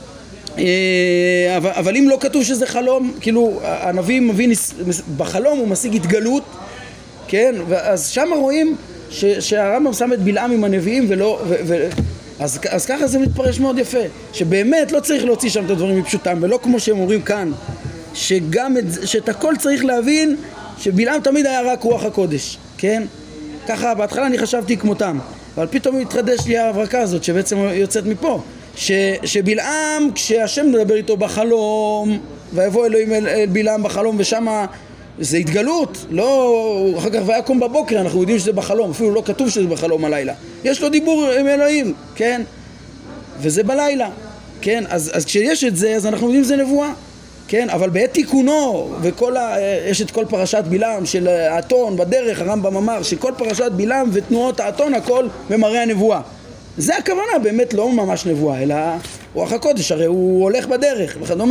אה, אבל, אבל אם לא כתוב שזה חלום, כאילו הנביא מבין בחלום הוא משיג התגלות, כן? אז שם רואים ש, שהרמב"ם שם את בלעם עם הנביאים ולא ו, ו, אז, אז ככה זה מתפרש מאוד יפה, שבאמת לא צריך להוציא שם את הדברים מפשוטם, ולא כמו שהם אומרים כאן, שגם את, שאת הכל צריך להבין, שבלעם תמיד היה רק רוח הקודש, כן? ככה בהתחלה אני חשבתי כמותם, אבל פתאום התחדש לי ההברקה הזאת שבעצם יוצאת מפה, ש, שבלעם כשהשם מדבר איתו בחלום, ויבוא אלוהים אל, אל בלעם בחלום, ושמה זה התגלות, לא אחר כך ויקום בבוקר, אנחנו יודעים שזה בחלום, אפילו לא כתוב שזה בחלום הלילה, יש לו דיבור עם אלוהים, כן? וזה בלילה, כן? אז, אז כשיש את זה, אז אנחנו יודעים שזה נבואה, כן? אבל בעת תיקונו, וכל ה... יש את כל פרשת בלעם של האתון בדרך, הרמב"ם אמר שכל פרשת בלעם ותנועות האתון הכל במראה הנבואה, זה הכוונה, באמת לא ממש נבואה, אלא רוח הקודש, הרי הוא הולך בדרך וכדומה.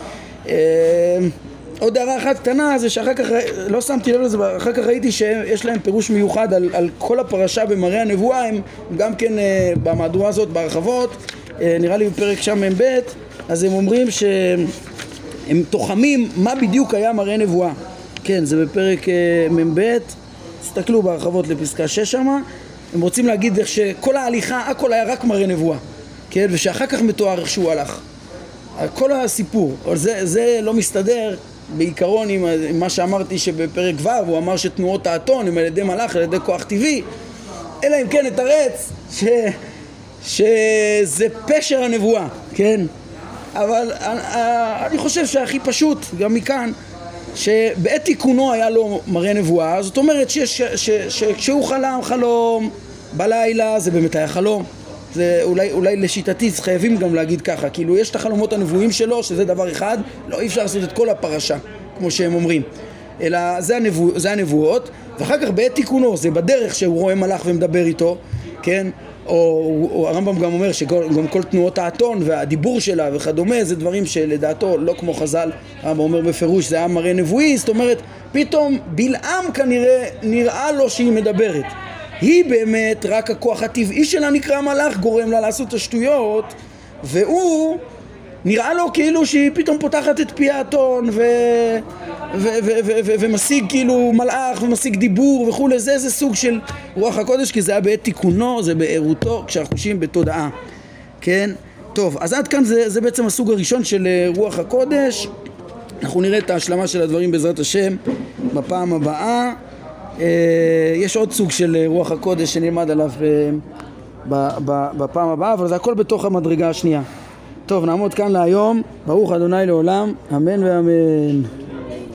עוד הערה אחת קטנה זה שאחר כך, לא שמתי לב לזה, אחר כך ראיתי שיש להם פירוש מיוחד על, על כל הפרשה במראה הנבואה, הם גם כן במהדורה הזאת בהרחבות, נראה לי בפרק שם מ"ב, אז הם אומרים שהם תוחמים מה בדיוק היה מראה נבואה, כן, זה בפרק מ"ב, תסתכלו בהרחבות לפסקה שש שמה, הם רוצים להגיד איך שכל ההליכה, הכל היה רק מראה נבואה, כן, ושאחר כך מתואר איך שהוא הלך, כל הסיפור, אבל זה, זה לא מסתדר בעיקרון עם, עם מה שאמרתי שבפרק ו' הוא אמר שתנועות האתון הם על ידי מלאך, על ידי כוח טבעי, אלא אם כן נתרץ ש, שזה פשר הנבואה, כן? אבל אני חושב שהכי פשוט גם מכאן שבעת תיקונו היה לו מראה נבואה, זאת אומרת שכשהוא חלם חלום בלילה זה באמת היה חלום, זה אולי, אולי לשיטתי חייבים גם להגיד ככה, כאילו יש את החלומות הנבואים שלו שזה דבר אחד, לא אי אפשר לעשות את כל הפרשה כמו שהם אומרים, אלא זה, הנבוא, זה הנבואות, ואחר כך בעת תיקונו זה בדרך שהוא רואה מלאך ומדבר איתו, כן? או, או הרמב"ם גם אומר שגם כל תנועות האתון והדיבור שלה וכדומה זה דברים שלדעתו לא כמו חז"ל, הרמב"ם אומר בפירוש זה היה מראה נבואי, זאת אומרת פתאום בלעם כנראה נראה לו שהיא מדברת, היא באמת רק הכוח הטבעי שלה נקרא מלאך גורם לה לעשות את השטויות, והוא נראה לו כאילו שהיא פתאום פותחת את פי האתון ו... ו... ו... ו... ו... ומשיג כאילו מלאך ומשיג דיבור וכו', זה זה סוג של רוח הקודש, כי זה היה בעת תיקונו, זה בעירותו, כשהחושים בתודעה, כן? טוב, אז עד כאן זה, זה בעצם הסוג הראשון של רוח הקודש. אנחנו נראה את ההשלמה של הדברים בעזרת השם בפעם הבאה. יש עוד סוג של רוח הקודש שנלמד עליו בפעם הבאה, אבל זה הכל בתוך המדרגה השנייה. טוב, נעמוד כאן להיום. ברוך אדוני לעולם, אמן ואמן.